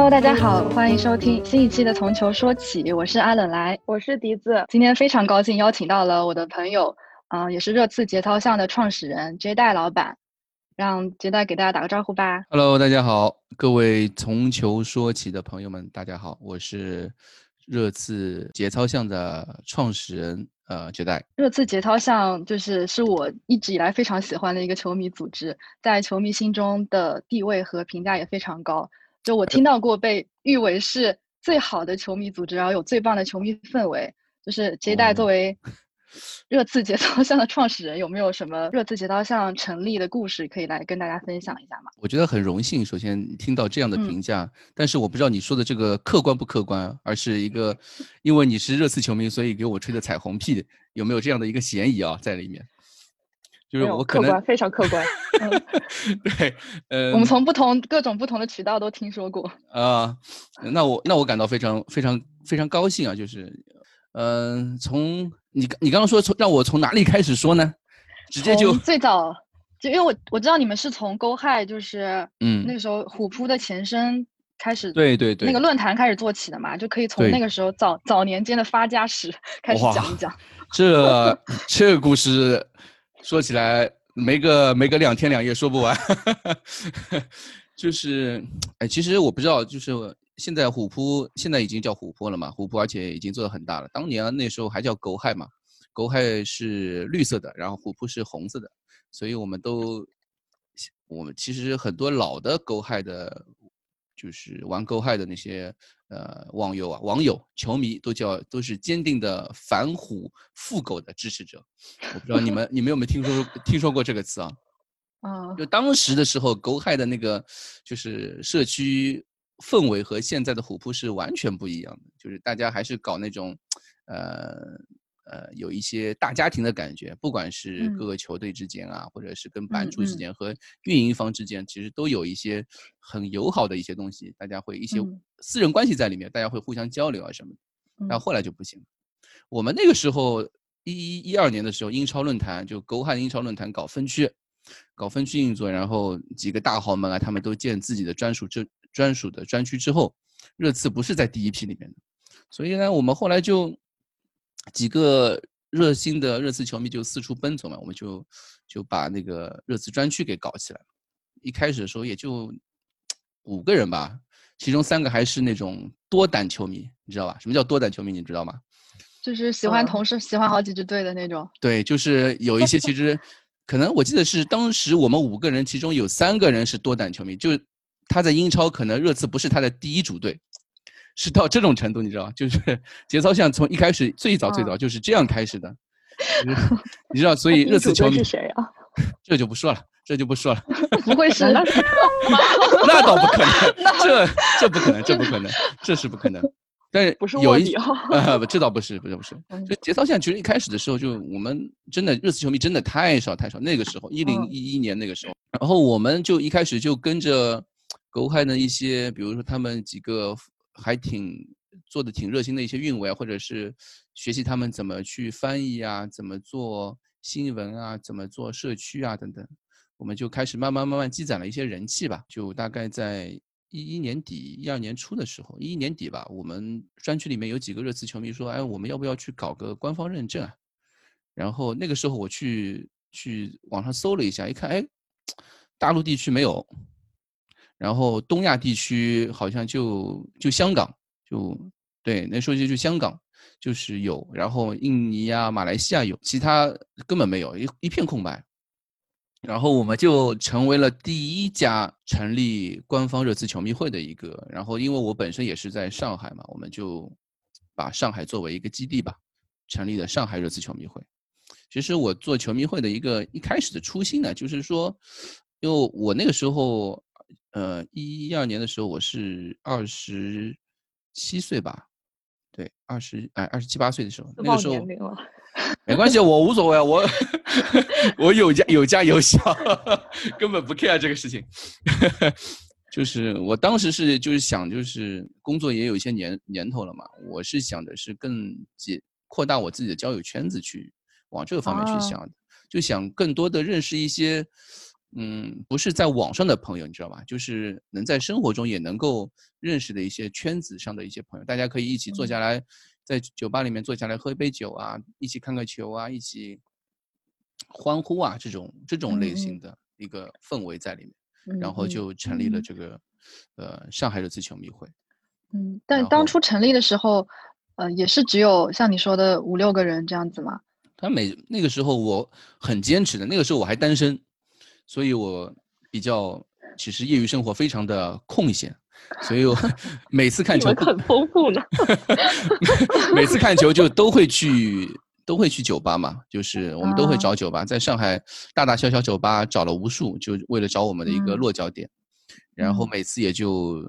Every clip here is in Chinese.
Hello，大家好，欢迎收听新一期的《从球说起》，我是阿冷来， 我是笛子。 今天非常高兴邀请到了我的朋友，也是热刺节操巷的创始人 J 代老板，让 J 代给大家打个招呼吧。 Hello，大家好，各位从球说起的朋友们，大家好，我是热刺节操巷的创始人J 代。 热刺节操巷是我一直以来非常喜欢的一个球迷组织，在球迷心中的地位和评价也非常高。就我听到过被誉为是最好的球迷组织，然后有最棒的球迷氛围。就是 J 代作为热刺节操巷的创始人，有没有什么热刺节操巷成立的故事可以来跟大家分享一下吗？ 我觉得很荣幸，首先听到这样的评价，但是我不知道你说的这个客观不客观，而是一个因为你是热刺球迷，所以给我吹的彩虹屁，有没有这样的一个嫌疑啊在里面？就是我可能客观，非常客观。 对， 我们从各种不同的渠道都听说过那我感到非常高兴啊，就是从你刚刚说让我从哪里开始说呢？直接就从最早就因为我知道你们是从Go High，就是那个时候虎扑的前身开始， 对那个论坛开始做起的嘛，就可以从那个时候早年间的发家史开始讲一讲。 这个故事说起来没个2天2夜说不完。就是其实我不知道，就是现在虎扑现在已经叫虎扑了嘛，虎扑而且已经做得很大了。当年那时候还叫Go High嘛，Go High是绿色的，然后虎扑是红色的，所以我们其实很多老的Go High的，就是玩Go High的那些网友球迷都是坚定的反虎复狗的支持者。我不知道你们有没有听说过这个词啊？就当时的时候Go High的那个就是社区氛围和现在的虎扑是完全不一样的，就是大家还是搞那种有一些大家庭的感觉，不管是各个球队之间啊，或者是跟版主之间和运营方之间，其实都有一些很友好的一些东西，大家会一些私人关系在里面，大家会互相交流啊什么的。但后来就不行了。我们那个时候12年的时候，英超论坛就Go High英超论坛搞分区运作，然后几个大豪门啊，他们都建自己的专属的专区之后，热刺不是在第一批里面的，所以呢，我们后来就几个热心的热刺球迷就四处奔走嘛，我们就把那个热刺专区给搞起来了。一开始的时候也就5个人吧，其中3个还是那种多胆球迷，你知道吧？什么叫多胆球迷？你知道吗？ 就是喜欢同时喜欢好几支队的那种。 对，就是有一些其实可能我记得是当时我们5个人，其中有3个人是多胆球迷，就他在英超可能热刺不是他的第一主队，是到这种程度，你知道，就是节操巷从一开始最早就是这样开始的。你知道，所以热刺球迷是谁啊？ 这就不说了。 不会是？ 那倒不可能，这不可能，这是不可能。但是有一这倒不是。就节操巷其实一开始的时候，就我们真的热刺球迷真的太少。那个时候1011年那个时候，然后我们就一开始就跟着Go High的一些，比如说他们几个还做的挺热心的一些运维啊，或者是学习他们怎么去翻译啊，怎么做新闻啊，怎么做社区啊等等。我们就开始慢慢积攒了一些人气吧，就大概在11年底、12年初的时候，11年底吧，我们专区里面有几个热刺球迷说，哎，我们要不要去搞个官方认证啊？然后那个时候我去网上搜了一下，一看，哎，大陆地区没有，然后东亚地区好像就香港，对，那时候就香港就是有，然后印尼啊、马来西亚有，其他根本没有，一片空白。然后我们就成为了第一家成立官方热刺球迷会的一个，然后因为我本身也是在上海嘛，我们就把上海作为一个基地吧，成立了上海热刺球迷会。其实我做球迷会的一开始的初心呢，就是说，因为我那个时候，12年的时候我是27岁吧，对，27、28岁的时候，那个时候年龄了。 没关系，我无所谓啊，我有家有小，根本不 care 这个事情。就是我当时就是想，就是工作也有一些年头了嘛，我是想的是更扩大我自己的交友圈子，去往这个方面去想的，就想更多的认识一些不是在网上的朋友，你知道吧？就是能在生活中也能够认识的一些圈子上的一些朋友，大家可以一起坐下来，在酒吧里面坐下来喝一杯酒啊，一起看个球啊，一起欢呼啊，这种类型的一个氛围在里面，然后就成立了这个上海热刺球迷会。 但当初成立的时候，也是只有像你说的5-6个人这样子吗？ 那个时候我很坚持的，那个时候我还单身，所以我其实业余生活非常的空闲，所以我每次看球很丰富呢。 每次看球就都会去酒吧嘛，就是我们都会找酒吧，在上海大大小小酒吧找了无数，就为了找我们的一个落脚点，然后每次也就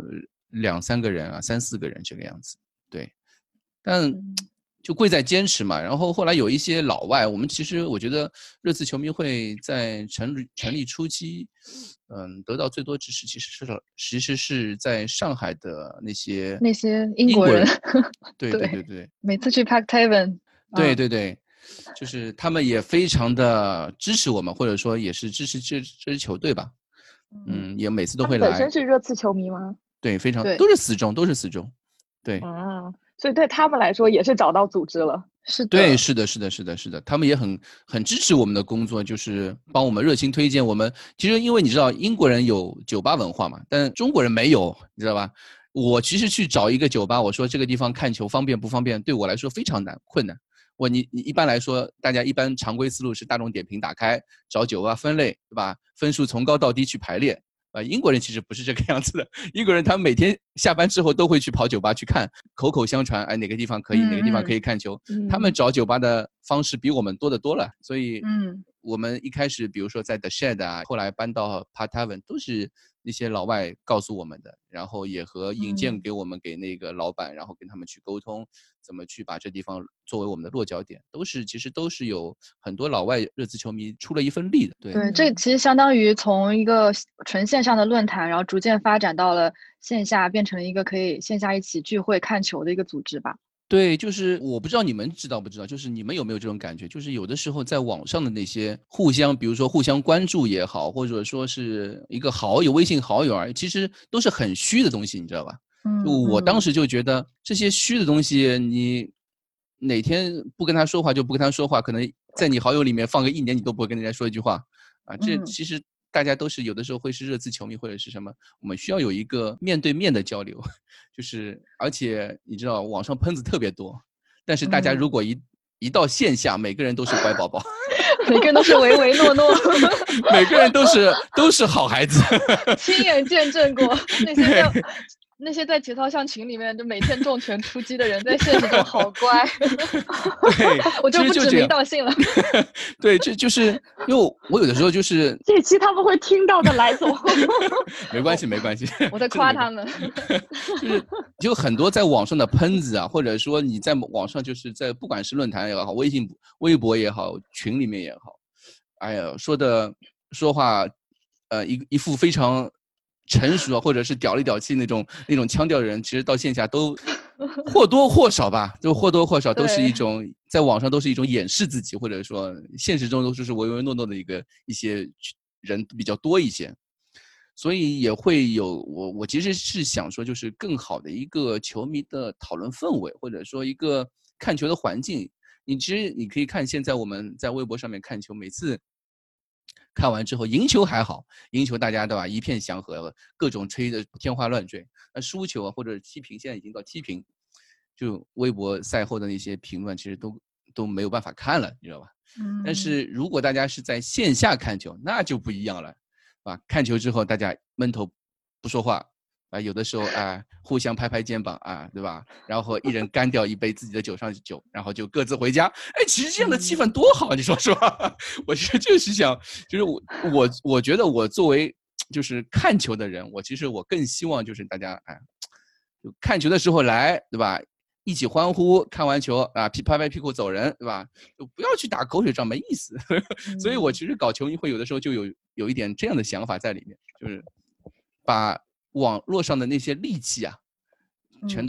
2-3个人啊，3-4个人这个样子，对，但就贵在坚持嘛。然后后来有一些老外，我觉得热刺球迷会在成立初期，得到最多支持其实是在上海的那些英国人， 对， 每次去 Park Tavern， 对，就是他们也非常的支持我们，或者说也是支持这支球队吧，也每次都会来。 他本身是热刺球迷吗？ 对，非常都是死忠，对。 所以对他们来说也是找到组织了。 对，是的，他们也很支持我们的工作，就是帮我们热心推荐我们。其实因为你知道英国人有酒吧文化嘛，但中国人没有，你知道吧？我其实去找一个酒吧，我说这个地方看球方便不方便，对我来说非常困难。你一般来说，大家一般常规思路是大众点评打开找酒吧分类，对吧？分数从高到低去排列。英国人其实不是这个样子的，英国人他们每天下班之后都会去跑酒吧去看，口口相传，哪个地方可以，哪个地方可以看球，他们找酒吧的方式比我们多得多了，所以我们一开始比如说在 The Shed 啊，后来搬到 Park Tavern 都是那些老外告诉我们的，然后也和引荐给我们给那个老板，然后跟他们去沟通怎么去把这地方作为我们的落脚点，其实都是有很多老外热刺球迷出了一份力的。 对，这其实相当于从一个纯线上的论坛，然后逐渐发展到了线下，变成了一个可以线下一起聚会看球的一个组织吧。 对，就是我不知道你们知道不知道，就是你们有没有这种感觉，就是有的时候在网上的那些比如说互相关注也好，或者说是一个好友微信好友啊，其实都是很虚的东西，你知道吧？就我当时就觉得这些虚的东西，你哪天不跟他说话就不跟他说话，可能在你好友里面放个1年，你都不会跟人家说一句话啊。这其实大家都是有的时候会是热刺球迷或者是什么，我们需要有一个面对面的交流，就是而且你知道网上喷子特别多，但是大家如果一到线下，每个人都是乖宝宝， 每个人都是唯唯诺诺， 每个人都是好孩子， 亲眼见证过那些在节操巷群里面就每天重拳出击的人，在现实中好乖。 对， 我就不指名道姓了。 对，这就是因为我有的时候就是这期他们会听到的，来总。 没关系， 我在夸他们。 就很多在网上的喷子啊，或者说你在网上就是在不管是论坛也好，微博也好，群里面也好，哎呀，说话，一副非常成熟啊，或者是屌里屌气那种腔调的人，其实到线下都或多或少吧，就或多或少都是一种在网上都是一种掩饰自己，或者说现实中都是唯唯诺诺的一些人比较多一些，所以也会有我其实是想说，就是更好的一个球迷的讨论氛围，或者说一个看球的环境。其实你可以看现在我们在微博上面看球，每次看完之后，赢球还好，赢球大家对吧，一片祥和，各种吹的天花乱坠。那输球啊，或者踢平，现在已经到踢平，就微博赛后的那些评论，其实都没有办法看了，你知道吧？但是如果大家是在线下看球，那就不一样了，啊，看球之后大家闷头不说话。有的时候互相拍拍肩膀啊，对吧？然后一人干掉一杯自己的酒上酒，然后就各自回家。其实这样的气氛多好，你说是吧？我其实就是想，就是我觉得我作为就是看球的人，其实我更希望就是大家就看球的时候来，对吧？一起欢呼，看完球啊，拍拍屁股走人，对吧？就不要去打口水仗，没意思。所以我其实搞球迷会有的时候就有一点这样的想法在里面，就是把网络上的那些戾气啊，全都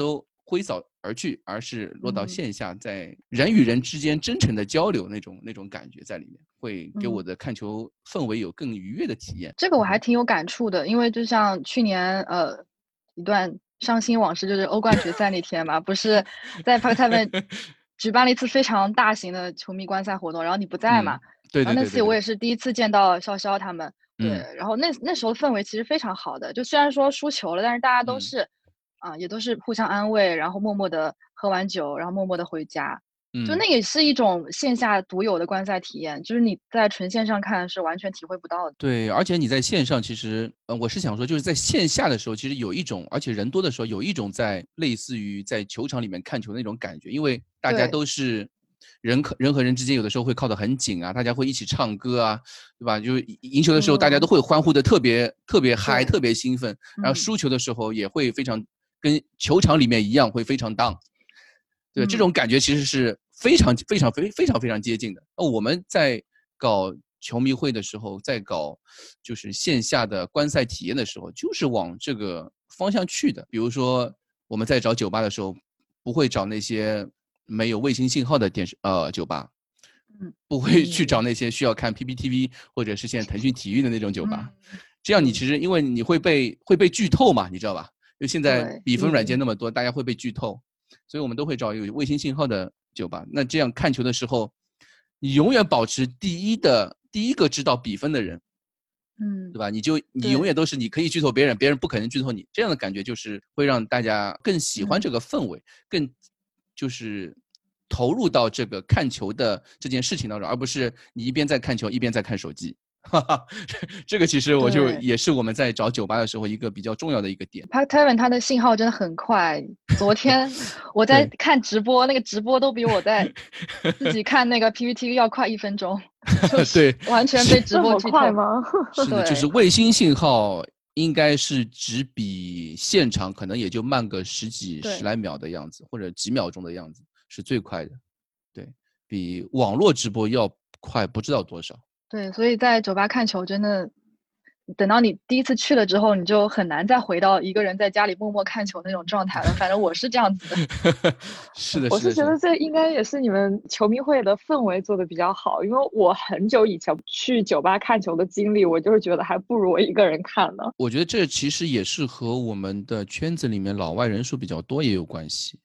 挥扫而去，而是落到线下，在人与人之间真诚的交流那种感觉在里面，会给我的看球氛围有更愉悦的体验。 这个我还挺有感触的，因为就像去年一段伤心往事，就是欧冠决赛那天嘛，不是在 Park Tavern 举办了一次非常大型的球迷观赛活动，然后你不在嘛， 对， 然后那次我也是第一次见到潇潇他们，对，然后那时候氛围其实非常好的，就虽然说输球了，但是大家都是也都是互相安慰，然后默默的喝完酒，然后默默的回家。就那也是一种线下独有的观赛体验，就是你在纯线上看是完全体会不到的。 对，而且你在线上其实，我是想说，就是在线下的时候，其实有一种，而且人多的时候，有一种在类似于在球场里面看球的那种感觉，因为大家都是人和人之间有的时候会靠得很紧啊，大家会一起唱歌啊，对吧？就是赢球的时候，大家都会欢呼的特别嗨，特别兴奋，然后输球的时候也会非常跟球场里面一样，会非常 down。对，这种感觉其实是非常接近的。我们在搞球迷会的时候，在搞就是线下的观赛体验的时候，就是往这个方向去的。比如说我们在找酒吧的时候，不会找那些没有卫星信号的酒吧，不会去找那些需要看 PPTV 或者是现在腾讯体育的那种酒吧。这样你其实因为你会被剧透嘛，你知道吧？就现在比分软件那么多，大家会被剧透。所以我们都会找有卫星信号的酒吧。那这样看球的时候，你永远保持第一个知道比分的人，对吧？你永远都是你可以剧透别人，别人不可能剧透你。这样的感觉就是会让大家更喜欢这个氛围，更就是投入到这个看球的这件事情当中，而不是你一边在看球一边在看手机。这个其实我就也是我们在找酒吧的时候一个比较重要的一个点。 Park Tavern 它的信号真的很快，昨天我在看直播，那个直播都比我在自己看那个 PPTV 要快1分钟， 对， 完全被直播这么快吗？ 是的，就是卫星信号应该是只比现场可能也就慢个十来秒的样子，或者几秒钟的样子，是最快的。对，比网络直播要快不知道多少。 对，所以在酒吧看球真的，等到你第一次去了之后，你就很难再回到一个人在家里默默看球那种状态了。反正我是这样子的。 是的， 我是觉得这应该也是你们球迷会的氛围做的比较好，因为我很久以前去酒吧看球的经历，我就是觉得还不如我一个人看呢。 我觉得这其实也是和我们的圈子里面老外人数比较多也有关系。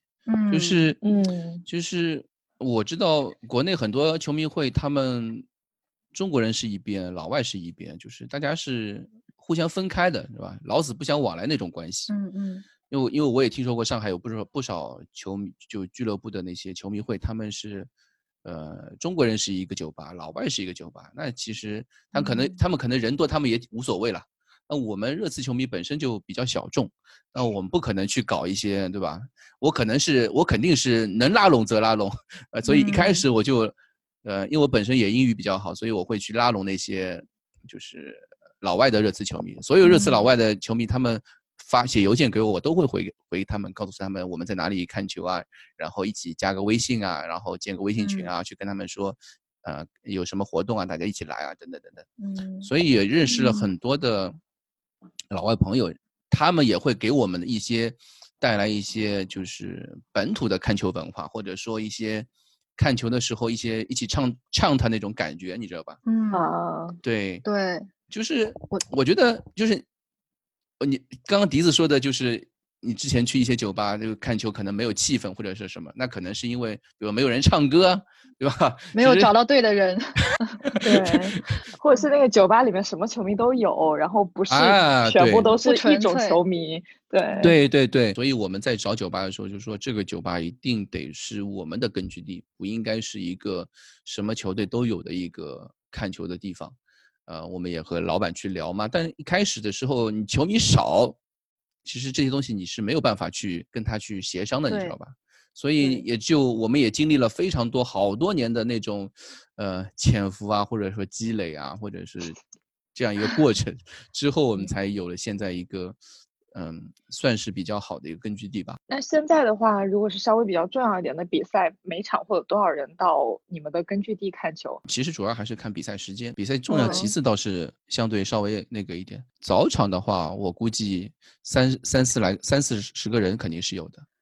就是我知道国内很多球迷会，他们中国人是一边，老外是一边，就是大家是互相分开的，是吧？老死不相往来那种关系。因为我也听说过上海有不少球迷就俱乐部的那些球迷会，他们是中国人是一个酒吧，老外是一个酒吧。那其实他们可能人多，他们也无所谓了。那我们热刺球迷本身就比较小众，那我们不可能去搞一些，对吧？我肯定是能拉拢则拉拢，所以一开始我就，因为我本身也英语比较好，所以我会去拉拢那些就是老外的热刺球迷。所有热刺老外的球迷，他们写邮件给我，我都会回他们，告诉他们我们在哪里看球啊，然后一起加个微信啊，然后建个微信群啊，去跟他们说，有什么活动啊，大家一起来啊，等等等等。所以也认识了很多的老外朋友，他们也会给我们的带来一些就是本土的看球文化，或者说一些看球的时候一起唱他那种感觉，你知道吧？对，就是我觉得就是你刚刚笛子说的，就是你之前去一些酒吧就看球可能没有气氛或者是什么，那可能是因为比如没有人唱歌，对吧？ 没有找到对的人。 对，或者是那个酒吧里面什么球迷都有，然后不是全部都是一种球迷。 对，所以我们在找酒吧的时候就说，这个酒吧一定得是我们的根据地，不应该是一个什么球队都有的一个看球的地方。我们也和老板去聊嘛，但一开始的时候你球迷少，其实这些东西你是没有办法去跟他去协商的，你知道吧？所以我们也经历了非常多好多年的那种潜伏啊，或者说积累啊，或者是这样一个过程之后，我们才有了现在一个算是比较好的一个根据地吧。 那现在的话，如果是稍微比较重要一点的比赛，每场会有多少人到你们的根据地看球？ 其实主要还是看比赛时间，比赛重要其次倒是相对稍微那个一点。早场的话，我估计30-40个人肯定是有的。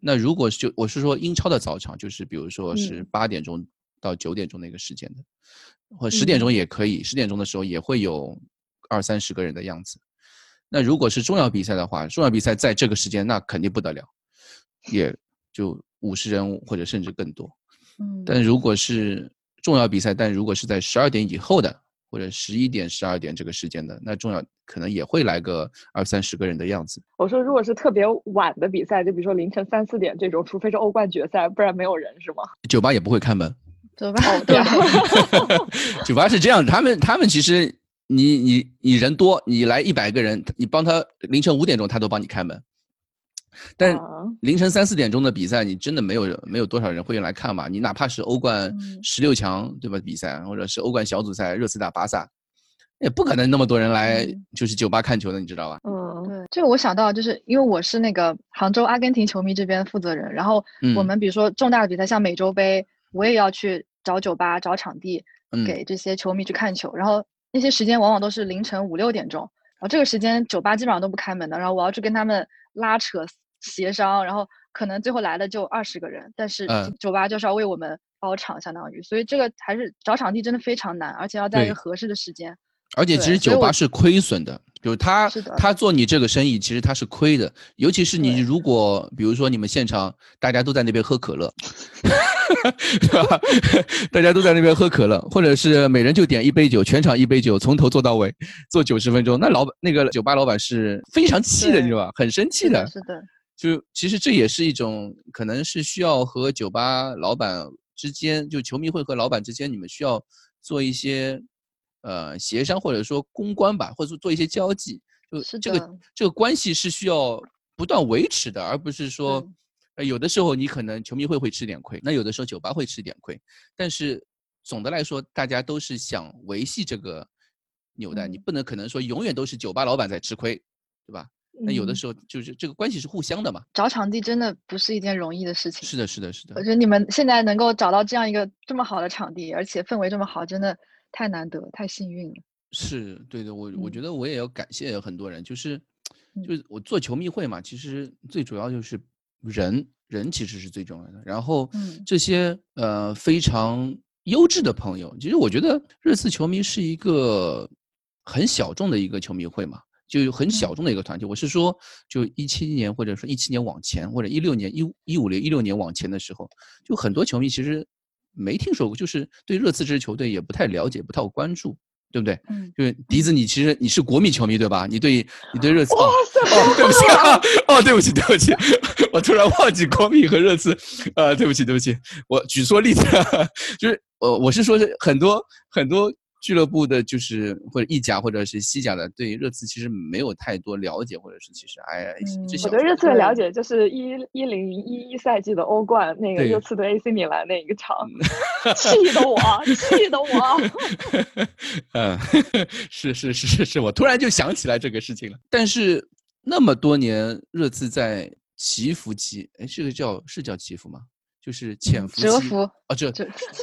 那如果是我是说英超的早场，就是比如说是8点钟到9点钟那个时间的，或者10点钟也可以，10点钟的时候也会有20-30个人的样子。那如果是重要比赛的话，重要比赛在这个时间那肯定不得了，也就50人或者甚至更多。但如果是重要比赛，但如果是在12点以后的，或者11点、12点这个时间的，那重要可能也会来个20-30个人的样子。 我说如果是特别晚的比赛，就比如说凌晨3-4点这种，除非是欧冠决赛，不然没有人是吗？ 酒吧也不会开门。 酒吧对啊酒吧是这样，他们其实你人多，你来100个人，你帮他凌晨5点钟他都帮你开门。但凌晨3-4点钟的比赛，你真的没有多少人会来看嘛？你哪怕是欧冠16强对吧比赛，或者是欧冠小组赛，热刺打巴萨，也不可能那么多人来就是酒吧看球的，你知道吧？ 对，这个我想到就是因为我是那个杭州阿根廷球迷这边负责人，然后我们比如说重大的比赛像美洲杯，我也要去找酒吧找场地给这些球迷去看球，然后那些时间往往都是凌晨5-6点钟，然后这个时间酒吧基本上都不开门的，然后我要去跟他们拉扯协商，然后可能最后来的就20个人，但是酒吧就是要为我们包场，相当于，所以这个还是找场地真的非常难，而且要在一个合适的时间。 而且其实酒吧是亏损的，就是他做你这个生意，其实他是亏的。尤其是你如果比如说你们现场大家都在那边喝可乐，是吧？大家都在那边喝可乐，或者是每人就点1杯酒，全场1杯酒，从头做到尾，做90分钟，那个酒吧老板是非常气的，你知道吧？很生气的。 是的。 就其实这也是一种可能是需要和酒吧老板之间，就球迷会和老板之间，你们需要做一些协商或者说公关吧，或者说做一些交际，就这个关系是需要不断维持的，而不是说有的时候你可能球迷会吃点亏，那有的时候酒吧会吃点亏，但是总的来说大家都是想维系这个纽带，你不能可能说永远都是酒吧老板在吃亏，对吧？那有的时候就是这个关系是互相的嘛。 找场地真的不是一件容易的事情。 是的，是的，是的。 我觉得你们现在能够找到这样一个这么好的场地，而且氛围这么好，真的太难得，太幸运了。 是对的，我觉得我也要感谢很多人，就是我做球迷会嘛，其实最主要就是人其实是最重要的。然后这些非常优质的朋友，其实我觉得热刺球迷是一个很小众的一个球迷会嘛。就很小众的一个团体，我是说，就17年或者说17年往前，或者16年、15年、16年往前的时候，就很多球迷其实没听说过，就是对热刺这支球队也不太了解，不太关注，对不对？就是笛子，其实你是国米球迷对吧？你对热刺对不起啊，对不起，我突然忘记国米和热刺，对不起，我举错例子了，就是我是说是很多俱乐部的，就是或者意甲或者是西甲的，对热刺其实没有太多了解，或者是其实我对热刺的了解就是10-11赛季的欧冠那个热刺对 AC 米兰那一个场，气得我。是，我突然就想起来这个事情了。但是那么多年，热刺在祈福期，这个是叫祈福吗？就是潜伏期。 蛰伏哦， 这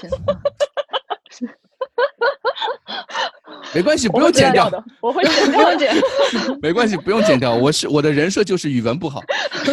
没关系，不用剪掉。 我会剪掉的。 没关系，不用剪掉。我的人设就是语文不好。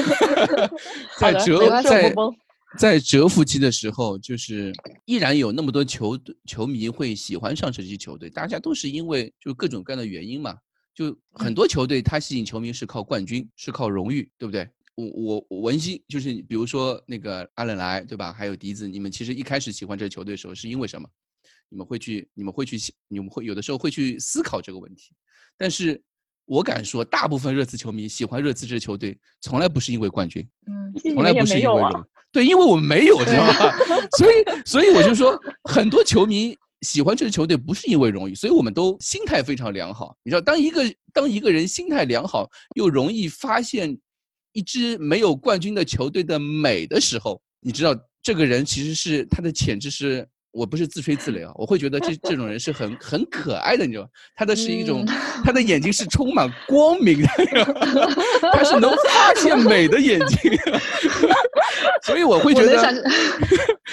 在蛰伏期的时候，就是依然有那么多球迷会喜欢上这支球队，大家都是因为就各种各样的原因嘛。就很多球队它吸引球迷是靠冠军，是靠荣誉，对不对？我文心就是比如说那个阿伦莱，对吧？还有笛子，你们其实一开始喜欢这个球队的时候是因为什么？你们会有的时候会去思考这个问题，但是我敢说，大部分热刺球迷喜欢热刺这支球队，从来不是因为冠军，从来不是因为对，因为我们没有，知道吧？所以我就说，很多球迷喜欢这支球队不是因为荣誉，所以我们都心态非常良好。你知道，当一个人心态良好，又容易发现一支没有冠军的球队的美的时候，你知道，这个人其实是他的潜质是。我不是自吹自擂啊，我会觉得这种人是很可爱的，你知道吗？他的是一种，他的眼睛是充满光明的，他是能发现美的眼睛，所以我会觉得，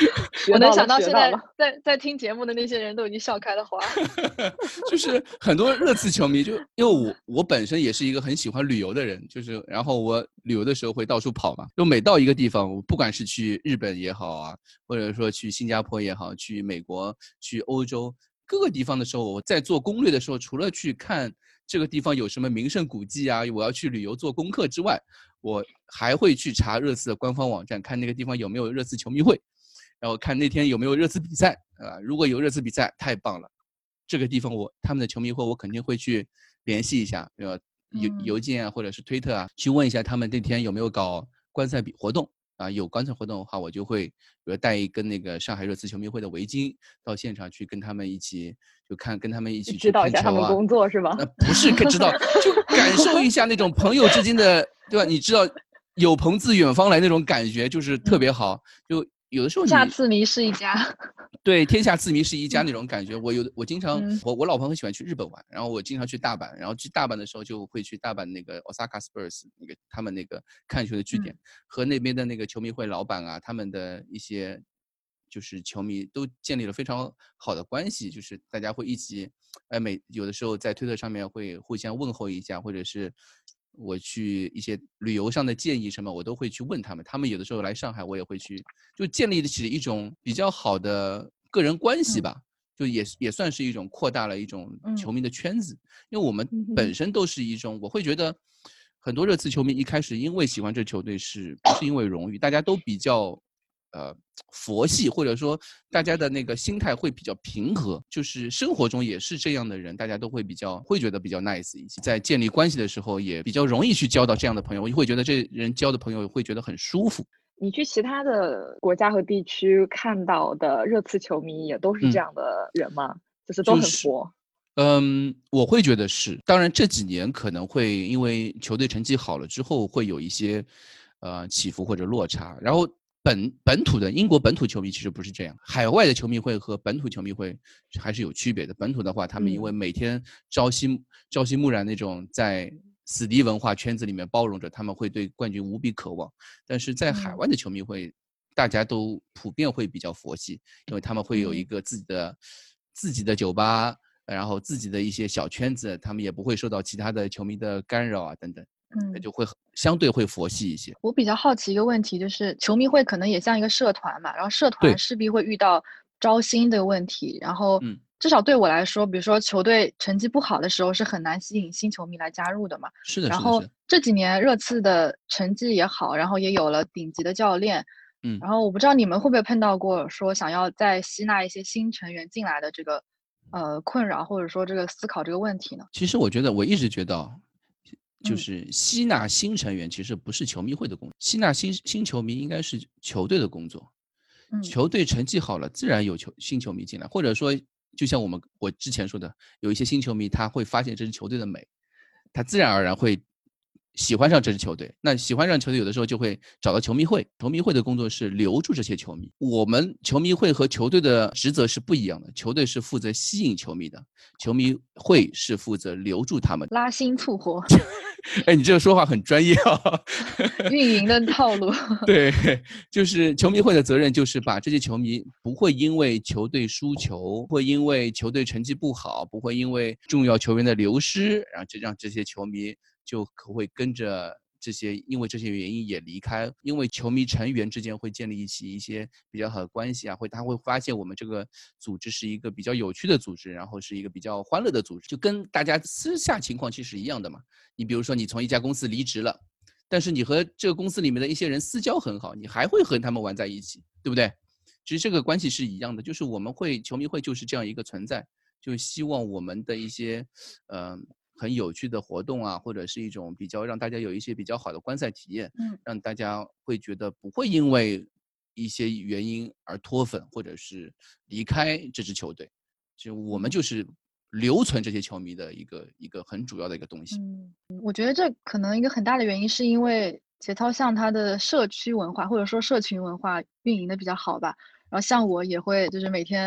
我能想到现在在听节目的那些人都已经笑开了花。 就是很多热刺球迷，就因为我本身也是一个很喜欢旅游的人，就是然后我旅游的时候会到处跑嘛，就每到一个地方，我不管是去日本也好啊，或者说去新加坡也好，去美国、去欧洲各个地方的时候，我在做攻略的时候，除了去看这个地方有什么名胜古迹啊，我要去旅游做功课之外，我还会去查热刺的官方网站，看那个地方有没有热刺球迷会，然后看那天有没有热刺比赛啊，如果有热刺比赛，太棒了。这个地方他们的球迷会我肯定会去联系一下，邮件啊或者是推特啊，去问一下他们那天有没有搞观赛活动啊，有观赛活动的话，我就会比如带一根那个上海热刺球迷会的围巾到现场去跟他们一起跟他们一起去指导一下他们工作是吧？ 不是指导，就感受一下那种朋友之间的，对吧？你知道有朋自远方来那种感觉，就是特别好。就有的时候下次迷是一家。 对，天下刺迷是一家那种感觉。我经常我老婆很喜欢去日本玩，然后我经常去大阪，然后去大阪的时候就会去大阪那个 Osaka Spurs 那个他们那个看球的据点，和那边的那个球迷会老板啊，他们的一些就是球迷都建立了非常好的关系，就是大家会一起，有的时候在推特上面会互相问候一下，或者是我去一些旅游上的建议什么，我都会去问他们。他们有的时候来上海，我也会去，就建立起一种比较好的个人关系吧。就也算是一种扩大了一种球迷的圈子。因为我们本身都是一种，我会觉得很多热刺球迷一开始因为喜欢这球队是不是因为荣誉，大家都比较佛系，或者说大家的那个心态会比较平和，就是生活中也是这样的人，大家都会觉得比较 nice 一些，在建立关系的时候也比较容易去交到这样的朋友，我会觉得这人交的朋友会觉得很舒服。 你去其他的国家和地区看到的热刺球迷也都是这样的人吗？就是都很佛？ 我会觉得是。当然这几年可能会因为球队成绩好了之后会有一些起伏或者落差，然后本土的英国本土球迷其实不是这样，海外的球迷会和本土球迷会还是有区别的。本土的话，他们因为每天朝夕暮然那种在死敌文化圈子里面包容着，他们会对冠军无比渴望。但是在海外的球迷会，大家都普遍会比较佛系，因为他们会有一个自己的酒吧，然后自己的一些小圈子，他们也不会受到其他的球迷的干扰啊等等。就会相对会佛系一些。 我比较好奇一个问题，就是球迷会可能也像一个社团嘛，然后社团势必会遇到招新的问题，然后至少对我来说，比如说球队成绩不好的时候是很难吸引新球迷来加入的嘛。 是的。 然后这几年热刺的成绩也好，然后也有了顶级的教练，然后我不知道你们会不会碰到过说想要再吸纳一些新成员进来的这个困扰，或者说这个思考这个问题呢？ 其实我一直觉得就是吸纳新成员其实不是球迷会的工作，吸纳新球迷应该是球队的工作。球队成绩好了，自然有新球迷进来，或者说就像我之前说的，有一些新球迷他会发现这支球队的美，他自然而然会喜欢上这支球队。那喜欢上球队有的时候就会找到球迷会，球迷会的工作是留住这些球迷。我们球迷会和球队的职责是不一样的，球队是负责吸引球迷的，球迷会是负责留住他们， 拉新促活。 哎，你这个说话很专业啊。 运营的套路。 对，就是球迷会的责任就是把这些球迷不会因为球队输球，不会因为球队成绩不好，不会因为重要球员的流失，然后就让这些球迷就会跟着因为这些原因也离开，因为球迷成员之间会建立起一些比较好的关系啊，他会发现我们这个组织是一个比较有趣的组织，然后是一个比较欢乐的组织，就跟大家私下情况其实一样的嘛。你比如说你从一家公司离职了，但是你和这个公司里面的一些人私交很好，你还会和他们玩在一起，对不对？其实这个关系是一样的，就是我们球迷会就是这样一个存在，就希望我们的一些很有趣的活动啊，或者是一种比较让大家有一些比较好的观赛体验，让大家会觉得不会因为一些原因而脱粉或者是离开这支球队，就我们就是留存这些球迷的一个很主要的一个东西。 我觉得这可能一个很大的原因是因为节操巷它的社区文化或者说社群文化运营的比较好吧。然后像我也会就是每天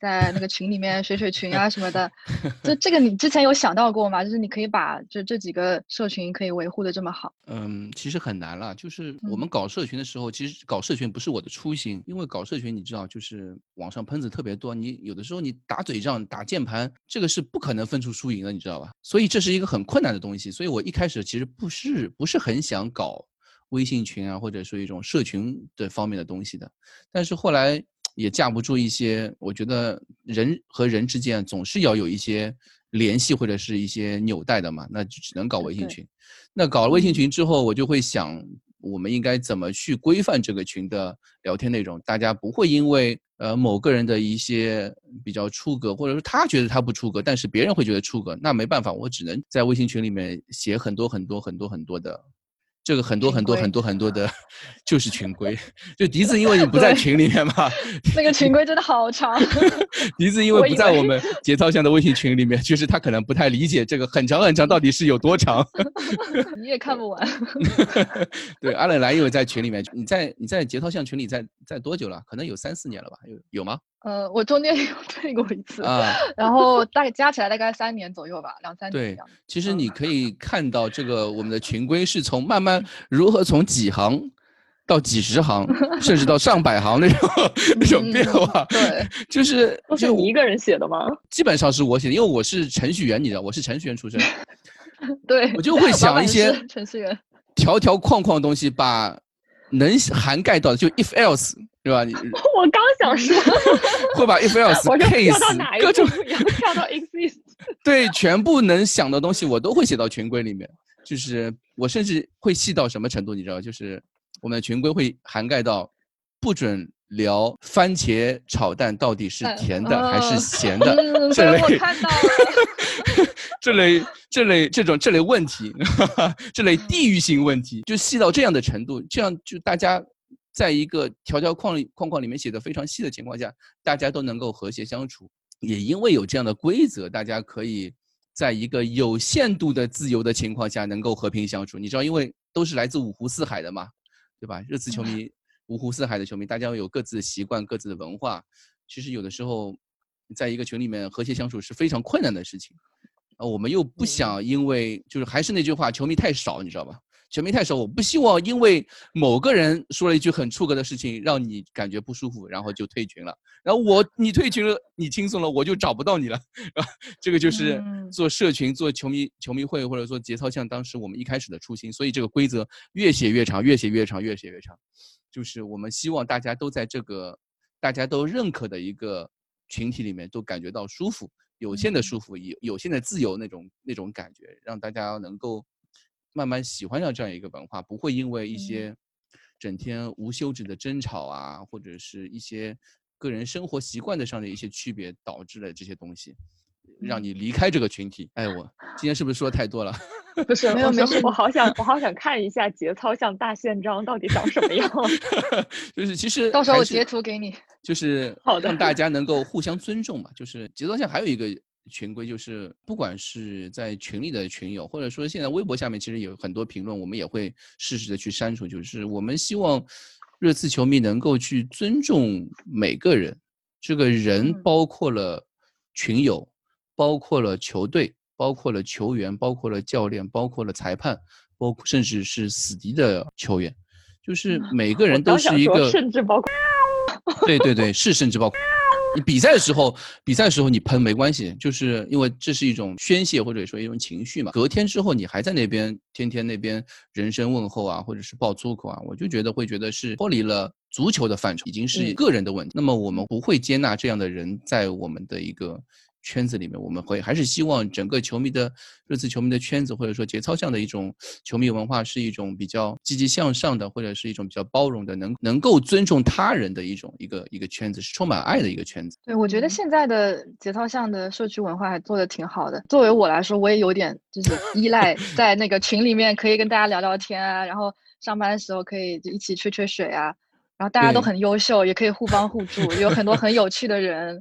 在那个群里面水群啊什么的。就这个你之前有想到过吗？就是你可以把这几个社群可以维护的这么好。 其实很难了。就是我们搞社群的时候，其实搞社群不是我的初心，因为搞社群你知道，就是网上喷子特别多，你有的时候你打嘴仗、打键盘，这个是不可能分出输赢的，你知道吧？所以这是一个很困难的东西。所以我一开始其实不是很想搞微信群啊，或者说一种社群的方面的东西的。但是后来也架不住一些，我觉得人和人之间总是要有一些联系或者是一些纽带的嘛，那就只能搞微信群。那搞了微信群之后，我就会想，我们应该怎么去规范这个群的聊天内容，大家不会因为某个人的一些比较出格，或者说他觉得他不出格，但是别人会觉得出格，那没办法，我只能在微信群里面写很多的。这个很多的，就是群规。就笛子，因为你不在群里面嘛， 那个群规真的好长。 笛子因为不在我们节操巷的微信群里面，就是他可能不太理解这个很长到底是有多长。 你也看不完。 对，阿冷来因为在群里面，你在节操巷群里在多久了？可能有3-4年了吧？有吗？ 我中间有退过一次啊，然后大概加起来大概3年左右吧，2-3年。 对，其实你可以看到这个我们的群规是从慢慢如何从几行到几十行，甚至到上百行那种变化。 对， 就是都是你一个人写的吗？ 基本上是我写的，因为我是程序员，你知道，我是程序员出身。 对， 我就会想一些程序员条框的东西，把能涵盖到的就 if else。对吧？ 我刚想说， 会把 if else case 各种跳到 exist， 对，全部能想的东西我都会写到群规里面。就是我甚至会细到什么程度，你知道？就是我们的群规会涵盖到不准聊番茄炒蛋到底是甜的还是咸的这类， 我看到了这类问题，这类地域性问题，就细到这样的程度，这样就大家。在一个条框里面写的非常细的情况下，大家都能够和谐相处。也因为有这样的规则，大家可以在一个有限度的自由的情况下能够和平相处。你知道，因为都是来自五湖四海的嘛，对吧？热刺球迷，五湖四海的球迷，大家有各自的习惯、各自的文化。其实有的时候，在一个群里面和谐相处是非常困难的事情。我们又不想因为就是还是那句话，球迷太少，你知道吧？球迷太少，我不希望因为某个人说了一句很出格的事情，让你感觉不舒服，然后就退群了。然后你退群了，你轻松了，我就找不到你了。这个就是做社群、做球迷会或者说节操巷当时我们一开始的初心。所以这个规则越写越长，就是我们希望大家都在这个大家都认可的一个群体里面都感觉到舒服，有限的舒服，有限的自由那种感觉，让大家能够。慢慢喜欢上这样一个文化，不会因为一些整天无休止的争吵啊，或者是一些个人生活习惯的上的一些区别导致了这些东西，让你离开这个群体。哎，我今天是不是说的太多了？ 不是，没有，我好想看一下节操巷大宪章到底长什么样。 就是其实到时候我截图给你， 就是让大家能够互相尊重嘛。就是节操巷还有一个。群规就是不管是在群里的群友，或者说现在微博下面其实有很多评论，我们也会适时的去删除。就是我们希望热刺球迷能够去尊重每个人，这个人包括了群友，包括了球队，包括了球员，包括了教练，包括了裁判，包括甚至是死敌的球员，就是每个人都是一个， 甚至包括， 对，是甚至包括。你比赛的时候你喷没关系，就是因为这是一种宣泄或者说一种情绪嘛。隔天之后你还在那边天天那边人身问候啊，或者是爆粗口啊，我就觉得是脱离了足球的范畴，已经是个人的问题。那么我们不会接纳这样的人在我们的一个圈子里面，我们还是希望整个热刺球迷的圈子，或者说节操巷的一种球迷文化是一种比较积极向上的，或者是一种比较包容的，能够尊重他人的一个圈子，是充满爱的一个圈子。 对，我觉得现在的节操巷的社区文化还做得挺好的。作为我来说，我也有点就是依赖在那个群里面可以跟大家聊聊天啊，然后上班的时候可以就一起吹吹水啊，然后大家都很优秀，也可以互帮互助，有很多很有趣的人。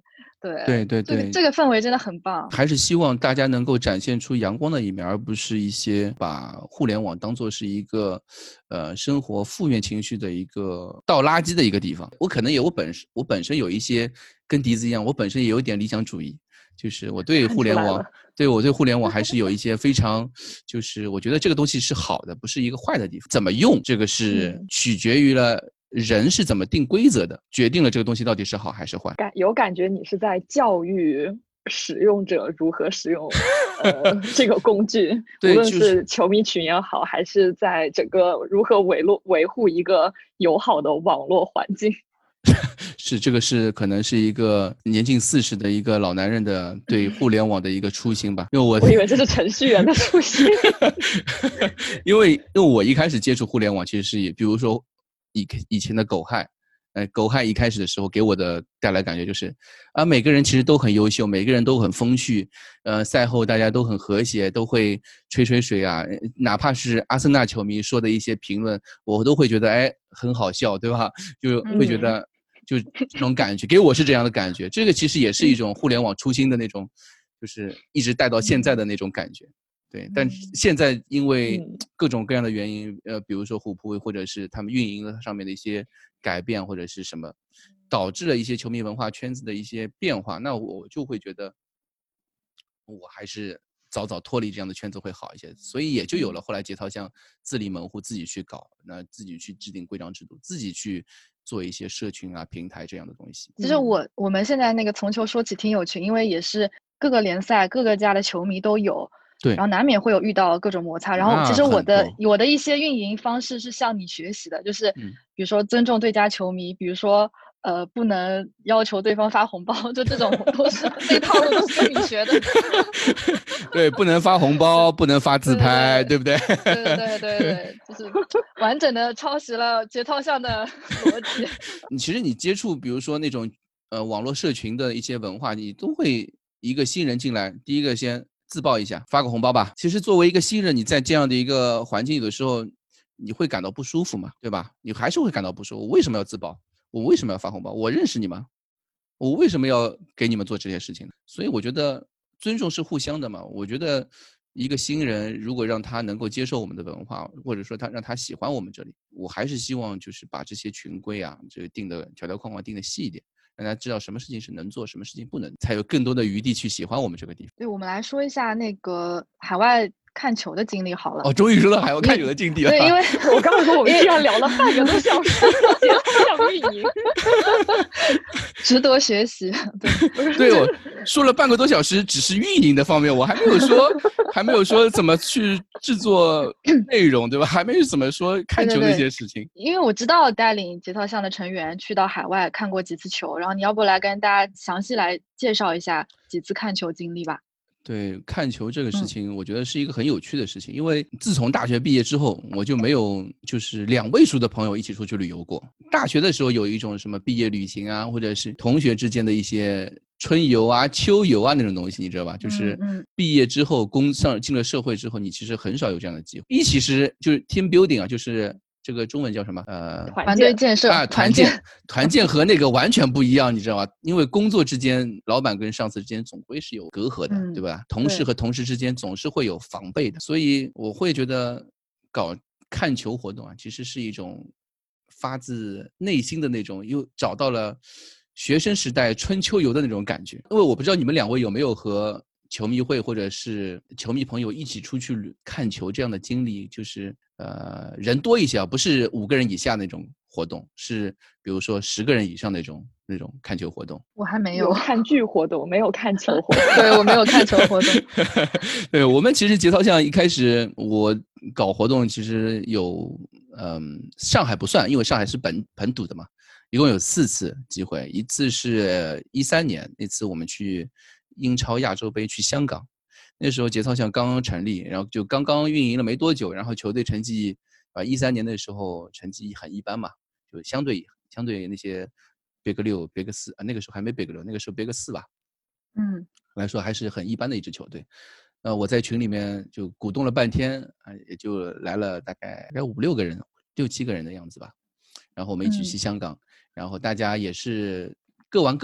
对对， 这个氛围真的很棒。 还是希望大家能够展现出阳光的一面，而不是一些把互联网当作是一个生活负面情绪的一个倒垃圾的一个地方。我可能也我本身有一些跟笛子一样，我本身也有一点理想主义，就是我对互联网还是有一些非常，就是我觉得这个东西是好的，不是一个坏的地方。怎么用这个是取决于了人是怎么定规则的，决定了这个东西到底是好还是坏。 有感觉你是在教育使用者如何使用这个工具，无论是球迷群也好，还是在整个如何维护一个友好的网络环境。 是，这个是可能是一个年近40的一个老男人的对互联网的一个初心吧。因为我以为这是程序员的初心。 因为我一开始接触互联网，其实是比如说以前的狗害，狗害一开始的时候给我的带来感觉就是每个人其实都很优秀，每个人都很风趣，赛后大家都很和谐，都会吹水啊，哪怕是阿森纳球迷说的一些评论，我都会觉得很好笑，对吧？就会觉得就这种感觉，给我是这样的感觉。这个其实也是一种互联网初心的那种，就是一直带到现在的那种感觉。对，但现在因为各种各样的原因，比如说虎扑或者是他们运营上面的一些改变或者是什么，导致了一些球迷文化圈子的一些变化，那我就会觉得，我还是早脱离这样的圈子会好一些，所以也就有了后来节操像自立门户，自己去搞，那自己去制定规章制度，自己去做一些社群啊平台这样的东西。 其实我们现在那个从球说起听友群，因为也是各个联赛各个家的球迷都有。 对， 然后难免会有遇到各种摩擦，然后其实我的一些运营方式是向你学习的，就是比如说尊重对家球迷，比如说不能要求对方发红包，就这种都是这套路都是跟你学的。 对，不能发红包，不能发自拍，对不对？ 对，就是完整的抄袭了节操项的逻辑。 其实你接触比如说那种网络社群的一些文化，你都会一个新人进来，第一个先自曝一下，发个红包吧。其实作为一个新人，你在这样的一个环境，有的时候你会感到不舒服嘛，对吧？你还是会感到不舒服。我为什么要自曝？我为什么要发红包？我认识你吗？我为什么要给你们做这些事情呢？所以我觉得尊重是互相的嘛。我觉得一个新人如果让他能够接受我们的文化，或者说让他喜欢我们这里，我还是希望就是把这些群规啊，这个定的条条框框定的细一点。让大家知道什么事情是能做，什么事情不能，才有更多的余地去喜欢我们这个地方。 对，我们来说一下那个海外看球的经历好了。 终于说到海外看球的经历了。 对，因为我刚刚说我们居然聊了半个多小时，讲运营， 值得学习。 对，我说了半个多小时，只是运营的方面，我还没有说怎么去制作内容，对吧？还没有怎么说看球那些事情。 因为我知道带领节操项的成员去到海外看过几次球，然后你要不来跟大家详细来介绍一下几次看球经历吧？ 对，看球这个事情，我觉得是一个很有趣的事情，因为自从大学毕业之后，我就没有就是2位数的朋友一起出去旅游过。大学的时候有一种什么毕业旅行啊，或者是同学之间的一些春游啊、秋游啊那种东西，你知道吧？就是毕业之后进了社会之后，你其实很少有这样的机会。其实就是 team building 啊，就是这个中文叫什么？ 团队建设啊， 团建和那个完全不一样，你知道吧？因为工作之间，老板跟上司之间总归是有隔阂的，对吧？同事和同事之间总是会有防备的，所以我会觉得搞看球活动啊，其实是一种发自内心的那种，又找到了学生时代春秋游的那种感觉。因为我不知道你们2位有没有和球迷会或者是球迷朋友一起出去看球这样的经历，就是人多一些啊，不是5个人以下那种活动，是比如说10个人以上那种看球活动。 我还没有看剧活动，没有看球活动。 对，我没有看球活动。 对，我们其实节操项一开始我搞活动其实有上海不算，因为上海是本土的嘛，一共有4次机会，一次是13年，那次我们去英超亚洲杯去香港，那时候节操项刚刚成立，然后就刚刚运营了没多久，然后球队成绩13年的时候成绩很一般嘛，就相对那些别克6、别克4那个时候还没别克6，那个时候别克4吧，来说还是很一般的一支球队。我在群里面就鼓动了半天也就来了大概5、6个人，6、7个人的样子吧。然后我们一起去香港，然后大家也是各玩各的，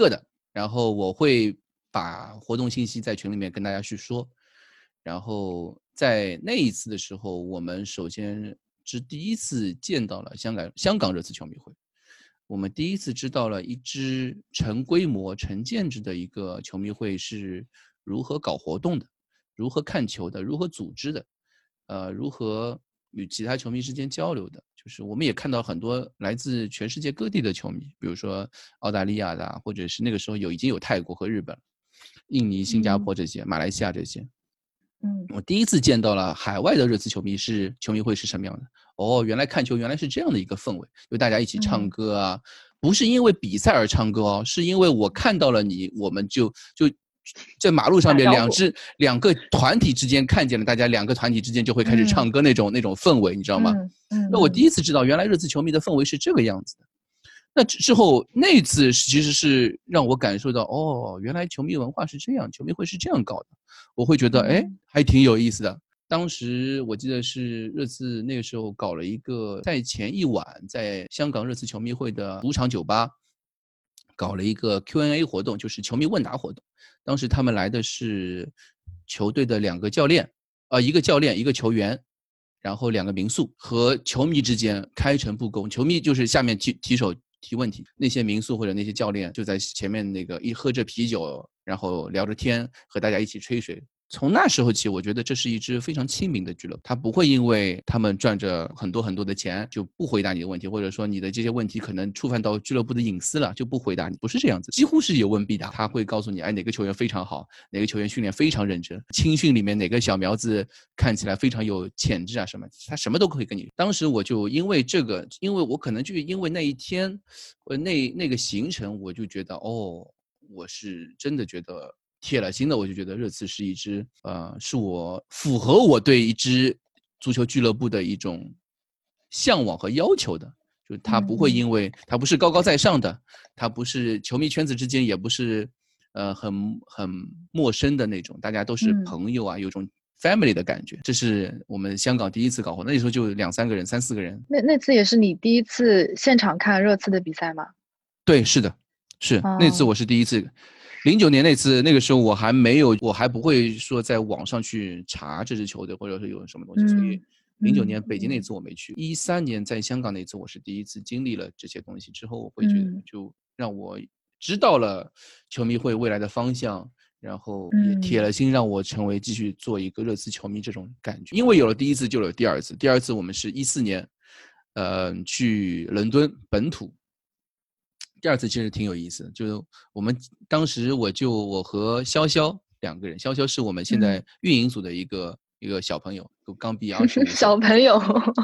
然后我会把活动信息在群里面跟大家去说。然后在那一次的时候，我们首先是第一次见到了香港热刺球迷会，我们第一次知道了一支成规模、成建制的一个球迷会是如何搞活动的，如何看球的，如何组织的，如何与其他球迷之间交流的。就是我们也看到很多来自全世界各地的球迷，比如说澳大利亚的，或者是那个时候已经有泰国和日本、印尼、新加坡这些，马来西亚这些。我第一次见到了海外的热刺球迷会是什么样的。哦，原来看球原来是这样的一个氛围，就大家一起唱歌啊，不是因为比赛而唱歌哦，是因为我看到了你，我们就在马路上面两个团体之间看见了，大家两个团体之间就会开始唱歌那种氛围，你知道吗？那我第一次知道原来热刺球迷的氛围是这个样子的。那之后那次其实是让我感受到，哦，原来球迷文化是这样，球迷会是这样搞的，我会觉得还挺有意思的。当时我记得是热刺那个时候搞了一个赛前一晚，在香港热刺球迷会的主场酒吧搞了一个 Q&A 活动，就是球迷问答活动。当时他们来的是球队的2个教练，一个教练一个球员，然后2个民宿，和球迷之间开诚布公，球迷就是下面提手提问题，那些民宿或者那些教练就在前面那个一喝着啤酒，然后聊着天，和大家一起吹水。从那时候起，我觉得这是一支非常亲民的俱乐部，他不会因为他们赚着很多很多的钱就不回答你的问题，或者说你的这些问题可能触犯到俱乐部的隐私了就不回答你，不是这样子，几乎是有问必答。他会告诉你，哪个球员非常好，哪个球员训练非常认真，青训里面哪个小苗子看起来非常有潜质啊什么，他什么都可以跟你。当时我就因为这个，因为我可能就因为那一天，那个行程，我就觉得我是真的觉得。铁了心的，我就觉得热刺是一支，是我符合我对一支足球俱乐部的一种向往和要求的。就他不会因为他不是高高在上的，他不是球迷圈子之间也不是很陌生的那种，大家都是朋友啊，有种 family 的感觉。这是我们香港第一次搞活动，那时候就2、3个人、3、4个人。 那次也是你第一次现场看热刺的比赛吗？ 对，是的，是那次我是第一次。09年那次，那个时候我还不会说在网上去查这支球队或者是有什么东西，所以09年北京那次我没去。13年在香港那次我是第一次经历了这些东西之后，我会觉得就让我知道了球迷会未来的方向，然后也铁了心让我成为继续做一个热刺球迷这种感觉。因为有了第一次就有了第二次，第二次我们是14年去伦敦本土。第二次其实挺有意思的，就是我们当时我和潇潇2个人，潇潇是我们现在运营组的一个小朋友，都刚毕业25岁。 小朋友，